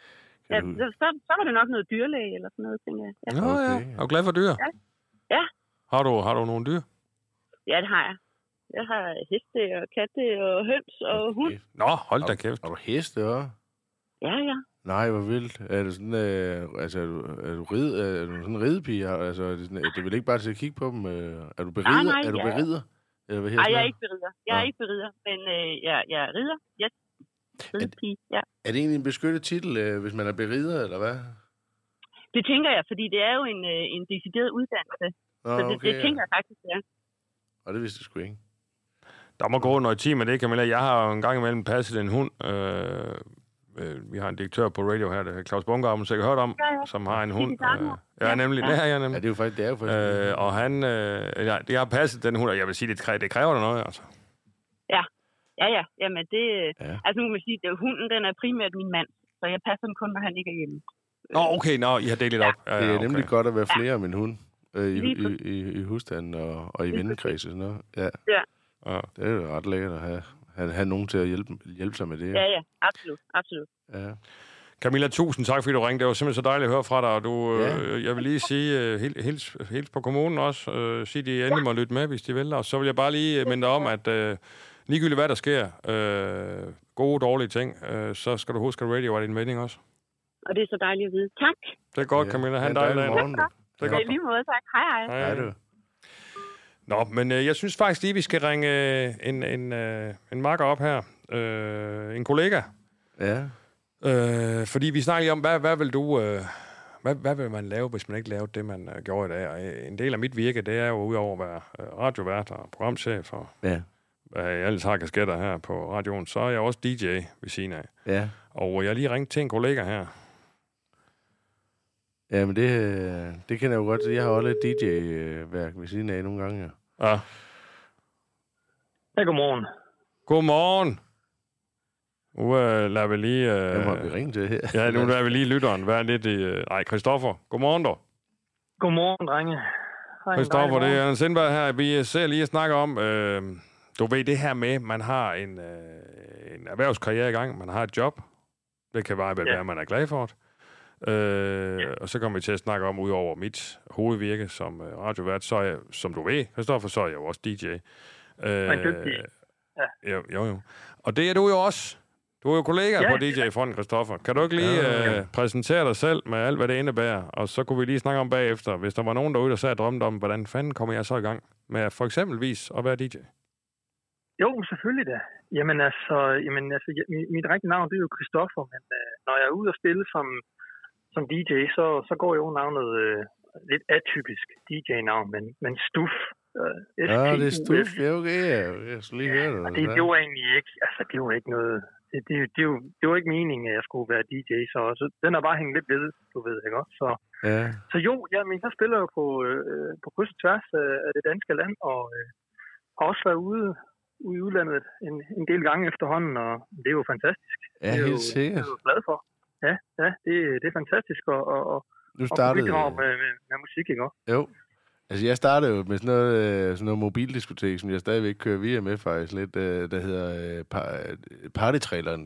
Så var det nok noget dyrlæge eller sådan noget, tænker jeg. Ja. Okay. Er du glad for dyr? Ja. Har du nogle dyr? Ja, det har jeg. Jeg har heste og katte og høns og hund. Nå, hold da kæft. Har du heste også? Ja. Nej, hvor vildt. Er det sådan, er du sådan en ridepige? Altså, det er vel ikke bare til at kigge på dem? Er du berider? Nej, er du berider? Nej, jeg er ikke berider. Jeg er ikke berider, men jeg er ridder. Yes. Ridepige, ja. Er det egentlig en beskyttet titel, hvis man er berider, eller hvad? Det tænker jeg, fordi det er jo en decideret uddannelse. Så det tænker jeg faktisk, ja. Og det vidste jeg sgu ikke. Der må gå noget tid med det, Camilla. Jeg har jo en gang imellem passet en hund. Vi har en direktør på radio her, det er Claus Bunker, har man sikkert hørt om, som har en hund. Ja, nemlig. Det har jeg nemlig. Ja, det er jo faktisk. Og han, det har passet den hund, og jeg vil sige, det kræver der noget, altså. Ja. Jamen det... Ja. Altså nu kan man sige, at hunden, den er primært min mand, så jeg passer den kun, når han ikke er hjemme. Okay, I har delt lidt op. Ja, det er nemlig godt at være flere af min hund i husstanden og i vennekredse og sådan noget. Ja. Det er jo ret lækkert at have nogen til at hjælpe sig med det. Ja, absolut. Ja. Camilla, tusind tak, fordi du ringede. Det var simpelthen så dejligt at høre fra dig. Og jeg vil lige sige, hils på kommunen også, sige, at de endelig må lytte med, hvis de vil. Og så vil jeg bare lige minde om, at ligegyldigt hvad der sker, gode, dårlige ting, så skal du huske, at radio er din melding også. Og det er så dejligt at vide. Tak. Det er godt, Camilla. Ha' en dejlig dag. Det er godt. Lige måde, tak. Hej. Hej du. Nå, men jeg synes faktisk lige, vi skal ringe en makker op her. En kollega. Ja. Fordi vi snakker lige om, hvad vil du... Hvad vil man lave, hvis man ikke lavede det, man gjorde i dag? Og en del af mit virke, det er jo udover at være radiovært og programchef og hvad jeg ellers har kasketter her på radioen, så er jeg også DJ ved siden af. Ja. Og jeg lige ringet til en kollega her. Ja, men det kan jeg jo godt. Jeg har også lidt DJ-værk ved siden af nogle gange. Ja. Ja, godmorgen. Godmorgen. Nu lader vi lige... Hvem har vi ringet til her? Ja, nu lader vi lige lytteren være lidt i... Nej, Christoffer. Godmorgen, dog. Godmorgen, drenge. Christoffer, det er Allan Sindberg her. Vi ser lige at snakke om... du ved det her med, man har en erhvervskarriere i gang. Man har et job. Det kan bare være, at man er glad for det. Og så kommer vi til at snakke om, udover mit hovedvirke som radiovært, så er jeg, som du ved, Christoffer, så er jeg jo også DJ. Jo. Og det er du jo også. Du er jo kollega på DJ-fronten, Christoffer. Kan du ikke lige præsentere dig selv med alt, hvad det indebærer? Og så kunne vi lige snakke om bagefter, hvis der var nogen derude, der sad og drømte om, hvordan fanden kommer jeg så i gang med for eksempelvis at være DJ? Jo, selvfølgelig da. Jamen altså mit rigtige navn, det er jo Christoffer, men når jeg er ude og spille som DJ, så går jeg jo navnet lidt atypisk DJ-navn, men Stuf. Det er Stuf, ja, okay. Jeg skulle lige høre det. Det var egentlig ikke, altså det var ikke noget, det var ikke meningen, at jeg skulle være DJ, så den har bare hængt lidt ved, du ved, ikke også? Så jo, jamen, jeg spiller jo på kryds og tværs af det danske land, og har også været ude i udlandet en del gange efterhånden, og det er jo fantastisk. Ja, helt sikkert. Det er jeg glad for. Ja, det er fantastisk nu startede med musik, ikke også? Jo. Altså, jeg startede jo med sådan noget mobildiskotek, som jeg stadigvæk kører via med faktisk lidt, der hedder Partytraileren.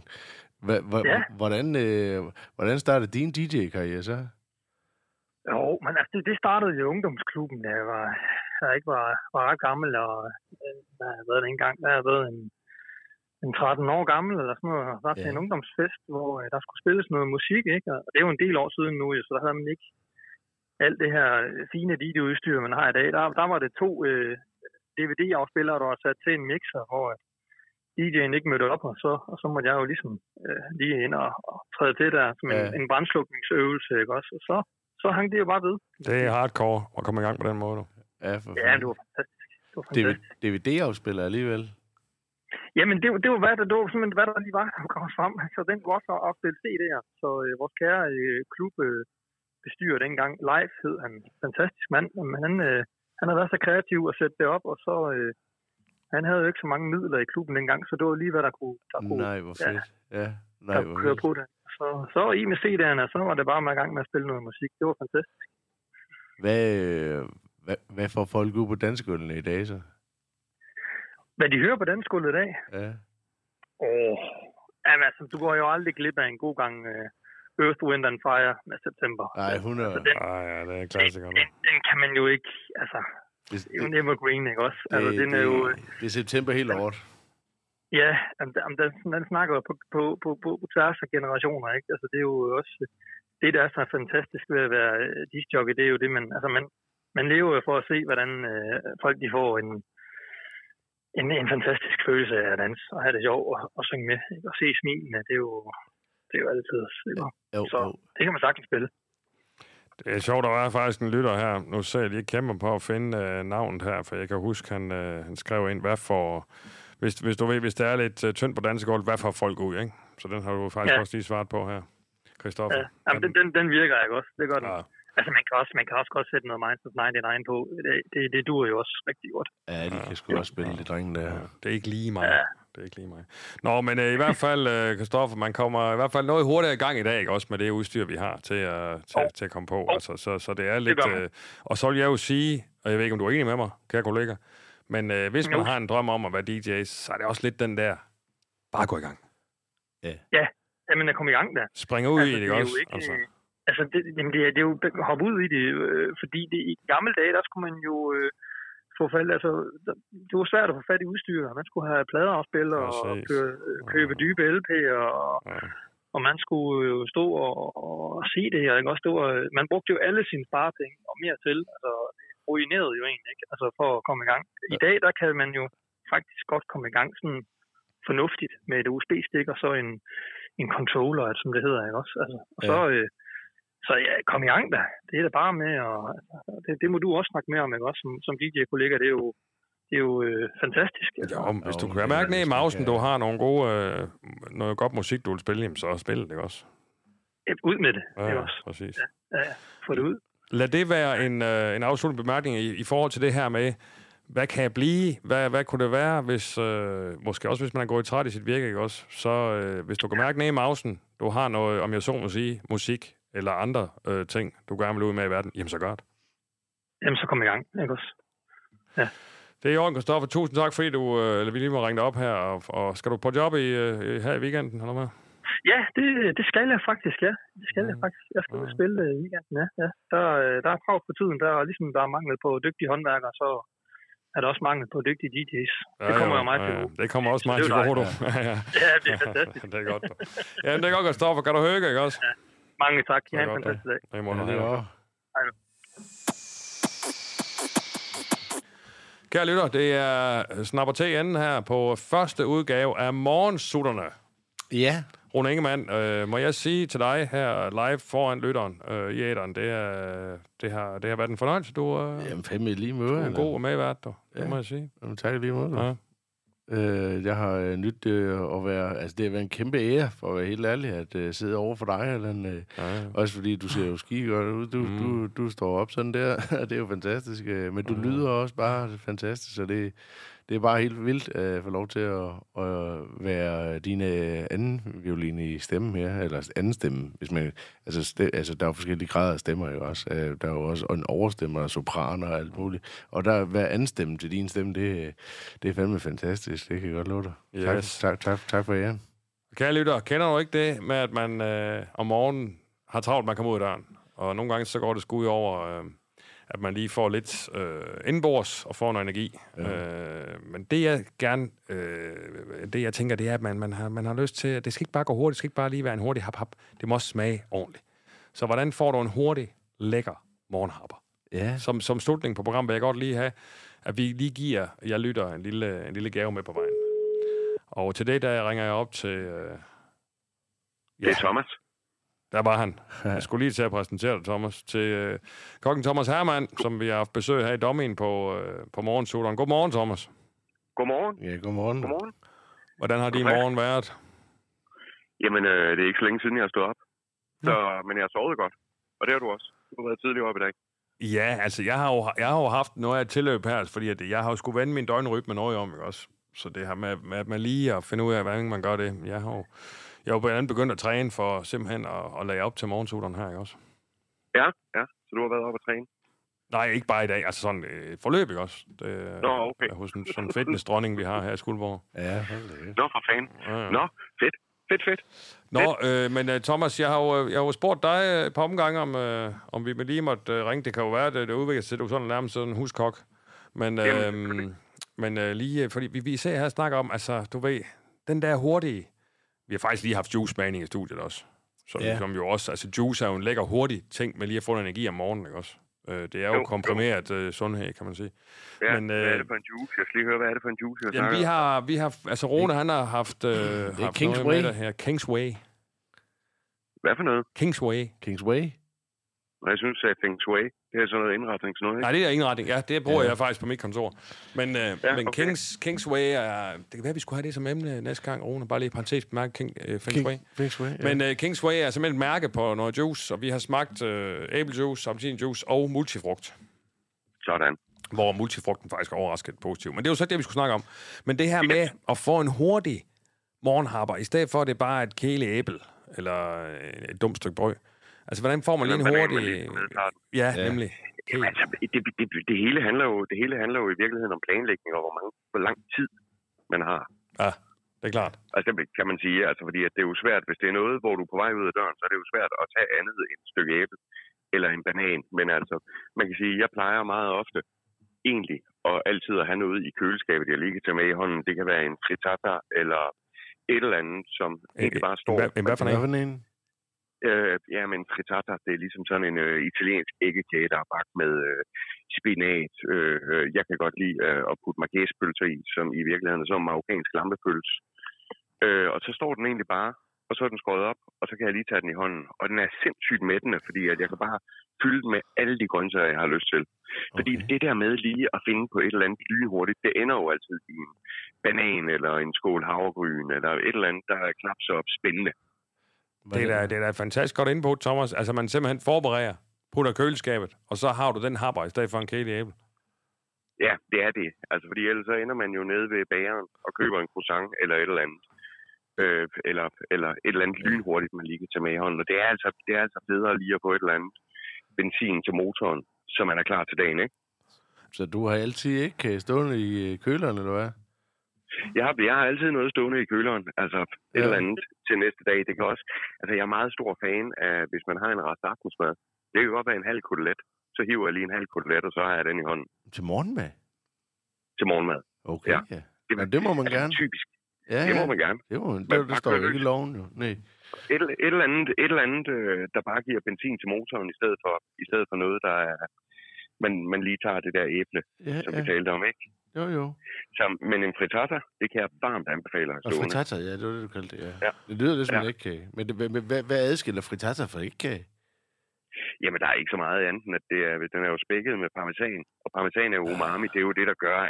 Hvordan startede din DJ-karriere så? Jo, men altså, det startede i ungdomsklubben, da jeg ikke var ret gammel, og der har været en gang, der har været en 13 år gammel, eller sådan noget, og var til en ungdomsfest, hvor der skulle spilles noget musik, ikke? Og det er jo en del år siden nu, så der havde man ikke alt det her fine videoudstyr, man har i dag. Der var det 2 DVD-afspillere, der var sat til en mixer, hvor DJ'en ikke mødte op, og så måtte jeg jo ligesom lige ind og træde til der som en brandslukningsøvelse, ikke også? Og så hang det jo bare ved. Det er hardcore at komme i gang på den måde. Ja, det var fantastisk. DVD-afspiller alligevel? Jamen, det var simpelthen, hvad der lige var, der kom frem. Så den kunne også opspille CD'er. Så vores kære klub bestyrer dengang, Live hed han, fantastisk mand, men han havde været så kreativ at sætte det op, og så han havde jo ikke så mange midler i klubben dengang, så det var lige, hvad der kunne nej, hvor fedt. Køre på det. Så i med CD'erne, så var det bare med i gang med at spille noget musik. Det var fantastisk. Hvad får folk ud på dansegulvene i dag så? Hvad de hører på dansegulvet i dag? Ja. Jamen altså, du går jo aldrig glip af en god gang Earth, Wind and Fire med September. Nej, 100. Altså, det er klassiker. Den kan man jo ikke, altså, det er jo evergreen, ikke også? Altså, det er September helt året. Ja, den snakker jo på tværs af generationer, ikke? Altså, det er jo også, det der er så fantastisk ved at være discjockey, det er jo det, man lever jo for at se, hvordan folk de får en fantastisk følelse af at danse og have det sjovt og synge med, ikke? Og se smilene, det er jo altid, ikke? Så det kan man sagtens spille. Det er sjovt, der var faktisk en lytter her. Nu ser jeg lige kæmper på at finde navnet her, for jeg kan huske, han skrev ind, hvad for... Hvis du ved, hvis det er lidt tyndt på dansegulvet, hvad får folk ud, ikke? Så den har du faktisk også lige svaret på her, Christoffer. Ja, jamen, den virker ikke også. Det gør den. Ja. Altså, man kan også godt sætte noget Minds of 99 på. Det duer jo også rigtig godt. Ja, de kan sgu også spille det drenge der. Ja, det er ikke lige mig. Ja. Det er ikke lige mig. Nå, men i hvert fald, Christoffer, man kommer i hvert fald noget hurtigere i gang i dag, ikke? Også med det udstyr, vi har til at komme på. Altså, så det er lidt... og så vil jeg jo sige, og jeg ved ikke, om du er enig med mig, kære kollega, men hvis man har en drøm om at være DJ, så er det også lidt den der, bare gå i gang. Ja, men at komme i gang der. Springe ud i det også. Altså, det er jo hoppe ud i det, fordi i gamle dage, der skulle man jo få fat, altså, det var svært at få fat i udstyr. Man skulle have pladeafspillere og købe dybe LP'er, og man skulle jo stå og se det her, ikke? Også stå man brugte jo alle sine sparepenge og mere til, altså ruinerede jo egentlig, ikke? Altså for at komme i gang. I dag, der kan man jo faktisk godt komme i gang sådan fornuftigt med et USB-stik og så en controller, som det hedder, ikke også? Altså, og så ja, kom i gang da. Det er da bare med, og det må du også snakke mere om, ikke også? Som DJ-kollega, det er jo fantastisk. Altså. Ja, hvis du kan mærke ned i mausen, du har noget godt musik, du vil spille, så spil det, ikke også? Ud med det, ikke også? Præcis. Ja, få det ud. Lad det være en afsluttende bemærkning i forhold til det her med, hvad kan jeg blive? Hvad kunne det være, hvis måske også hvis man er gået træt i sit virke, ikke også? Så hvis du kan mærke ned i mausen, du har noget, om jeg så må sige, musik eller andre ting, du gerne vil ud med i verden, jamen så gør det. Jamen så kom i gang, ikke også? Ja. Det er i orden, Christoffer. Tusind tak, fordi vi lige må ringe dig op her. Og skal du på job her i weekenden, eller hvad? Ja, det skal jeg faktisk, ja. Det skal jeg faktisk. Jeg skal spille i weekenden, ja. Der er krav på tiden. Der er manglet på dygtige håndværkere, så er der også mangel på dygtige DJ's. Det kommer jo meget til gode. Det kommer også meget til gode, du. Ja, det er fantastisk. Det er godt. Ja, det er godt, Christoffer. Kan du høre, ikke også? Ja. Mange tak. I har en fantastisk dag. Det må du have. Kære lytter, det er Snapper T enden her på første udgave af Morgensutterne. Ja. Rune Ingemann, må jeg sige til dig her live foran lytteren i æderen, det har været en fornøjelse, du Jamen, fandme lige måde. er god og medvært, du. Det må jeg sige. Jamen, tak lige måde. Ja. Jeg har nydt at være... Altså, det har været en kæmpe ære, for at være helt ærlig, at sidde over for dig, Allan. Også fordi du ser jo skide godt ud. Du står op sådan der. Det er jo fantastisk. Men du lyder også bare fantastisk, så det er bare helt vildt at få lov til at være din anden violin i stemmen her, eller anden stemme, hvis man... Altså, der er jo forskellige grader af stemmer jo også. Der er jo også en overstemmer og sopraner og alt muligt. Og der hver anden stemme til din stemme, det er fandme fantastisk. Det kan jeg godt love dig. Yes. Tak for æren. Kære lytter, kender du ikke det med, at man om morgenen har travlt, man kommer ud af døren? Og nogle gange så går det sgu ud over... at man lige får lidt indbords og får noget energi. Ja. Men det jeg gerne, det jeg tænker, det er, at man har lyst til, at det skal ikke bare gå hurtigt, det skal ikke bare lige være en hurtig hap-hap. Det må også smage ordentligt. Så hvordan får du en hurtig, lækker morgenhapper? Ja. Som slutning på programmet vil jeg godt lige have, at vi lige giver, jeg lytter en lille gave med på vejen. Og til det, der ringer jeg op til... Det er Thomas. Der var han. Jeg skulle lige til at præsentere dig, Thomas, til kokken Thomas Hermann, som vi har haft besøg her i Dommen på morgensutteren. Godmorgen, Thomas. Godmorgen. Ja, godmorgen. Godmorgen. Hvordan har din morgen været? Jamen, det er ikke så længe siden, jeg har stået op. Men jeg har sovet godt. Og det har du også. Du har været tidligt op i dag. Ja, altså, jeg har jo haft noget af et tilløb her, fordi at jeg har jo skulle vende min døgnrytme noget om, ikke også? Så det her med lige at finde ud af, hvordan man gør det. Jeg har jo blandt andet begyndt at træne for simpelthen at lade op til morgensutteren her, ikke også? Ja. Så du har været oppe at træne? Nej, ikke bare i dag. Altså sådan forløb, ikke også? Nå, okay. Hos sådan en fitnessdronning, vi har her i Skuldborg. Ja, det. Nå, for fanden. Ja. Nå, fedt. Nå, men Thomas, jeg har jo spurgt dig et par omgange, om vi lige måtte ringe. Det kan jo være, at det udvikler sig til, du sådan nærmest sådan en huskok. Men lige, fordi vi ser her og snakker om, altså, du ved, den der hurtige... Vi har faktisk lige haft juicebagning i studiet også. Som jo også... Altså, juice er jo en lækker hurtig ting med lige at få energi om morgenen, ikke også? Det er jo komprimeret sundhed, kan man sige. Ja, men, hvad er det for en juice? Jeg skal lige høre, hvad er det for en juice? Jamen, vi har... Altså, Rune, han har haft Kingsway. Noget med her. Kingsway. Hvad for noget? Kingsway. Jeg synes, at Kingsway, det er sådan noget indretning. Sådan noget, ikke? Nej, det er indretning. Ja, det bruger jeg faktisk på mit kontor. Men okay. Kingsway er... Det kan være, vi skulle have det som emne næste gang, Rune. Bare lige parentes bemærke Kingsway. Kingsway, ja. Men Kingsway er simpelthen et mærke på noget juice, og vi har smagt æblejuice, appelsinjuice og multifrugt. Sådan. Hvor multifrugten faktisk er overrasket positivt. Men det er jo så det, vi skulle snakke om. Men det her med at få en hurtig morgenhapper, i stedet for at det er bare et kæle æble, eller et dumt stykke brød. Altså, hvordan får man lige en hurtig... Ja, nemlig. Jamen, altså, det hele handler jo i virkeligheden om planlægning, og hvor lang tid man har. Ja, det er klart. Altså, det kan man sige, altså, fordi at det er jo svært, hvis det er noget, hvor du er på vej ud af døren, så er det jo svært at tage andet end et stykke æble eller en banan. Men altså, man kan sige, jeg plejer meget ofte egentlig og altid at have noget i køleskabet, jeg lige kan tage med i hånden. Det kan være en frittata eller et eller andet, som egentlig bare står... Hvad for en? Ja, men frittata, det er ligesom sådan en italiensk æggekage, der er bagt med spinat. Jeg kan godt lide at putte marquesepølser i, som i virkeligheden er som marokkansk lampepølse. Og så står den egentlig bare, og så er den skåret op, og så kan jeg lige tage den i hånden. Og den er sindssygt mættende, fordi at jeg kan bare fylde den med alle de grøntsager, jeg har lyst til. Fordi det der med lige at finde på et eller andet lynhurtigt, det ender jo altid i en banan, eller en skål havregryn, eller et eller andet, der er knap så spændende. Det er da et fantastisk godt input, Thomas. Altså, man simpelthen forbereder, putter køleskabet, og så har du den happer i stedet for en kæle æble. Ja, det er det. Altså, fordi ellers så ender man jo nede ved bageren og køber en croissant eller et eller andet. Eller et eller andet lynhurtigt, man lige kan tage med i hånden. Og det er altså federe lige at få et eller andet benzin til motoren, så man er klar til dagen, ikke? Så du har altid ikke stående i køleren, eller hvad? Jeg har altid noget stående i køleren, altså et eller andet til næste dag. Det kan også, altså jeg er meget stor fan af, hvis man har en rest aftensmad. Det kan godt være en halv kotelet. Så hiver jeg lige en halv kotelet, og så har jeg den i hånden. Til morgenmad? til morgenmad. Okay, ja. Det må man gerne. Typisk. Ja, det må man gerne. Det står jo ikke i loven, jo. Nej. Et eller andet, der bare giver benzin til motoren i stedet for noget, der er... Man lige tager det der æble, som vi talte om, ikke? Jo. Men en frittata, det kan jeg varmt anbefale. Og frittata, ja, det var det, du kaldte det, ja. Det lyder lidt som en ægkage. Men hvad adskiller frittata fra ægkage? Jamen, der er ikke så meget andet, end at den er jo spækket med parmesan. Og parmesan er jo umami, det er jo det, der gør,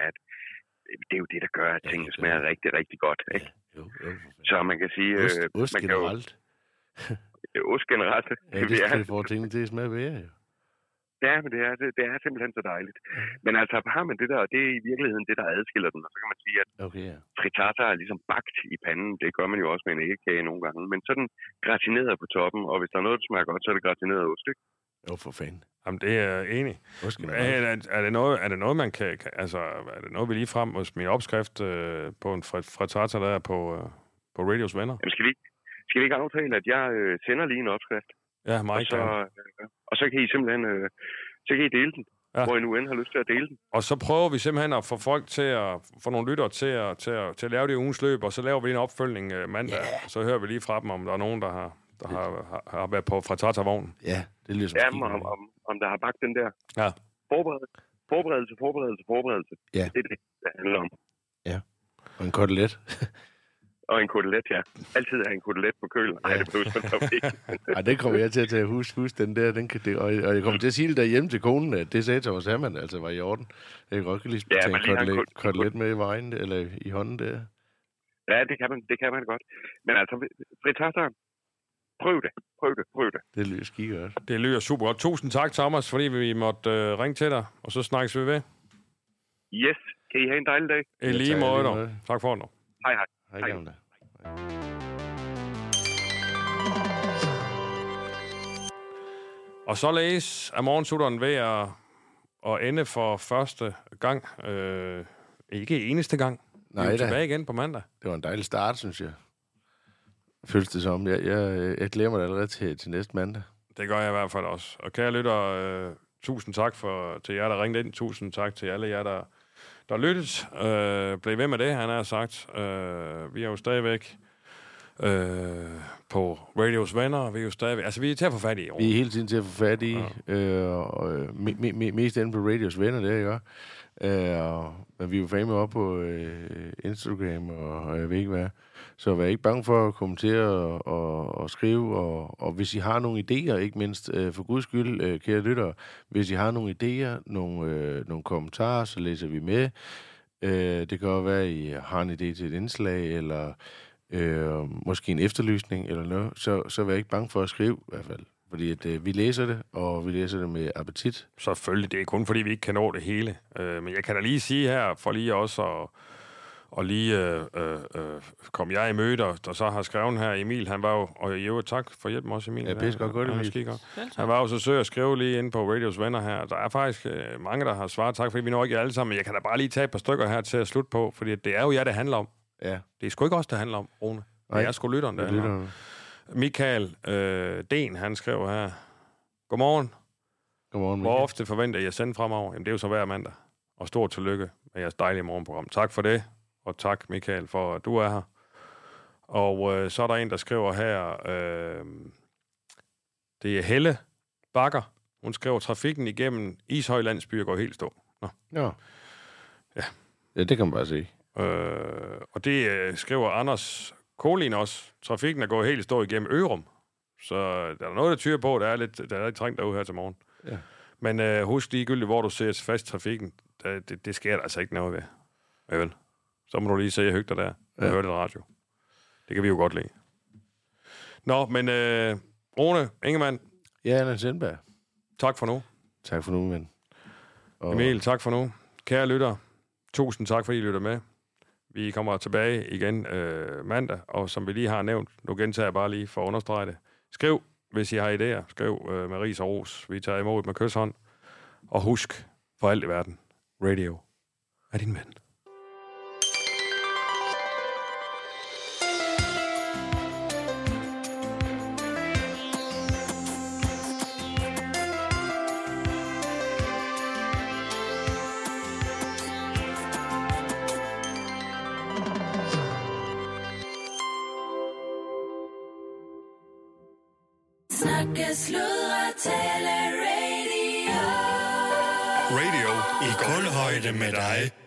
at tingene smager rigtig, rigtig godt, ikke? Jo. Så man kan sige... Ost generelt. Ost generelt. Ja, det får tingene til at smage bedre, jo. Ja, men det er simpelthen så dejligt. Men altså, har man det der, og det er i virkeligheden det, der adskiller den. Og så kan man sige, at frittata er ligesom bagt i panden. Det gør man jo også med en æggekage nogle gange. Men så er den gratineret på toppen, og hvis der er noget, der smager godt, så er det gratineret ost, ikke? Jo, for fanden. Jamen, det er jeg enig. Er det noget, man kan... Altså, er det noget, vi lige frem hos min opskrift på en frittata, der er på Radios Venner? Jamen, skal vi ikke aftale, at jeg sender lige en opskrift? Ja, meget og så kan I simpelthen dele den, hvor I nu end har lyst til at dele den. Og så prøver vi simpelthen at få folk til at få nogle lyttere til at lave det i ugens løb, og så laver vi en opfølgning mandag. Og så hører vi lige fra dem, om der er nogen, der har været på frittata-vognen. Ja, det lyder som om der har bagt den der. Ja. Forberedelse. Ja. Det er det handler om. Ja, og en kotelet. Og en kotelet, ja. Altid er en kotelet på kølen. Nej, det behøver man ikke. Ej, den kommer jeg til at tage husk den der. Og jeg kommer til at sige det derhjemme til konen, at det sagde Thomas Hermann, altså var i orden. Jeg kan godt lige tage en kotelet med i vejen, eller i hånden der. Ja, det kan man godt. Men altså, frittata, prøv det. Det lyder skide godt. Det lyder super godt. Tusind tak, Thomas, fordi vi måtte ringe til dig, og så snakkes vi ved. Yes, kan I have en dejlig dag. I lige måde. Tak for det. Hej. Hej, gamle. Og således er morgensutteren ved at ende for første gang. Ikke eneste gang. Nej, vi er tilbage igen på mandag. Det var en dejlig start, synes jeg. Føles det som. Jeg glæder mig allerede til næste mandag. Det gør jeg i hvert fald også. Og kære lytter, tusind tak til jer, der ringede ind. Tusind tak til alle jer, der lyttet. Bliv ved med det, han har sagt. Vi er jo stadigvæk på Radios Venner. Vi er jo stadigvæk... Altså, vi er til at få fat i. Vi er hele tiden til at få fat i. Mest inde på Radios Venner, det er jeg. Men vi er jo fandme op på Instagram, og jeg ved ikke hvad. Så vær ikke bange for at kommentere og skrive. Og hvis I har nogle idéer, ikke mindst for guds skyld, kære lyttere, hvis I har nogle idéer, nogle kommentarer, så læser vi med. Det kan også være, at I har en idé til et indslag, eller måske en efterlysning, eller noget. Så vær ikke bange for at skrive, i hvert fald. Fordi at, vi læser det, og vi læser det med appetit. Selvfølgelig, det er kun fordi, vi ikke kan nå det hele. Men jeg kan da lige sige her, for lige også og lige kom jeg i møde, og så har skrevet her, Emil, han var jo, og i øvrigt tak for hjælpen også, Emil. Ja, pisse godt, Emil. Han var jo så søg at skrive lige inde på Radios Venner her. Der er faktisk mange, der har svaret tak, fordi vi når ikke alle sammen, men jeg kan da bare lige tage et par stykker her til at slutte på, fordi det er jo jer, det handler om. Ja. Det er sgu ikke os, det handler om, Rune. Det er sgu lytteren, det handler om. Michael Den, han skrev her, Godmorgen, Michael. Hvor ofte forventer jeg at sende fremover? Jamen, det er jo så hver mandag. Og stort tillykke med jeres dejlige morgenprogram. Tak for det, og tak, Michael, for at du er her. Og så er der en, der skriver her, det er Helle Bakker. Hun skriver, trafikken igennem Ishøj landsby går helt stå. Nå. Ja, det kan man bare se. Og det skriver Anders Kolin også. Trafikken er gået helt stå igennem Ørum. Så der er noget, der tyder på, der er lidt trængt derude her til morgen. Ja. Men husk ligegyldigt, hvor du ser fast trafikken, det sker der altså ikke noget ved. Vel? Så må du lige se hygge dig der og høre det radio. Det kan vi jo godt lide. Nå, men Rune Ingemann. Ja, Anna Sindberg. Tak for nu. Tak for nu, ven. Emil, tak for nu. Kære lytter, tusind tak, fordi I lytter med. Vi kommer tilbage igen mandag, og som vi lige har nævnt, nu gentager jeg bare lige for at understrege det. Skriv, hvis I har idéer. Skriv med ris og ros. Vi tager imod med kysshånd. Og husk, for alt i verden, radio er din ven. Snakke, sludre, tale, radio. Radio i kulhøjde med dig.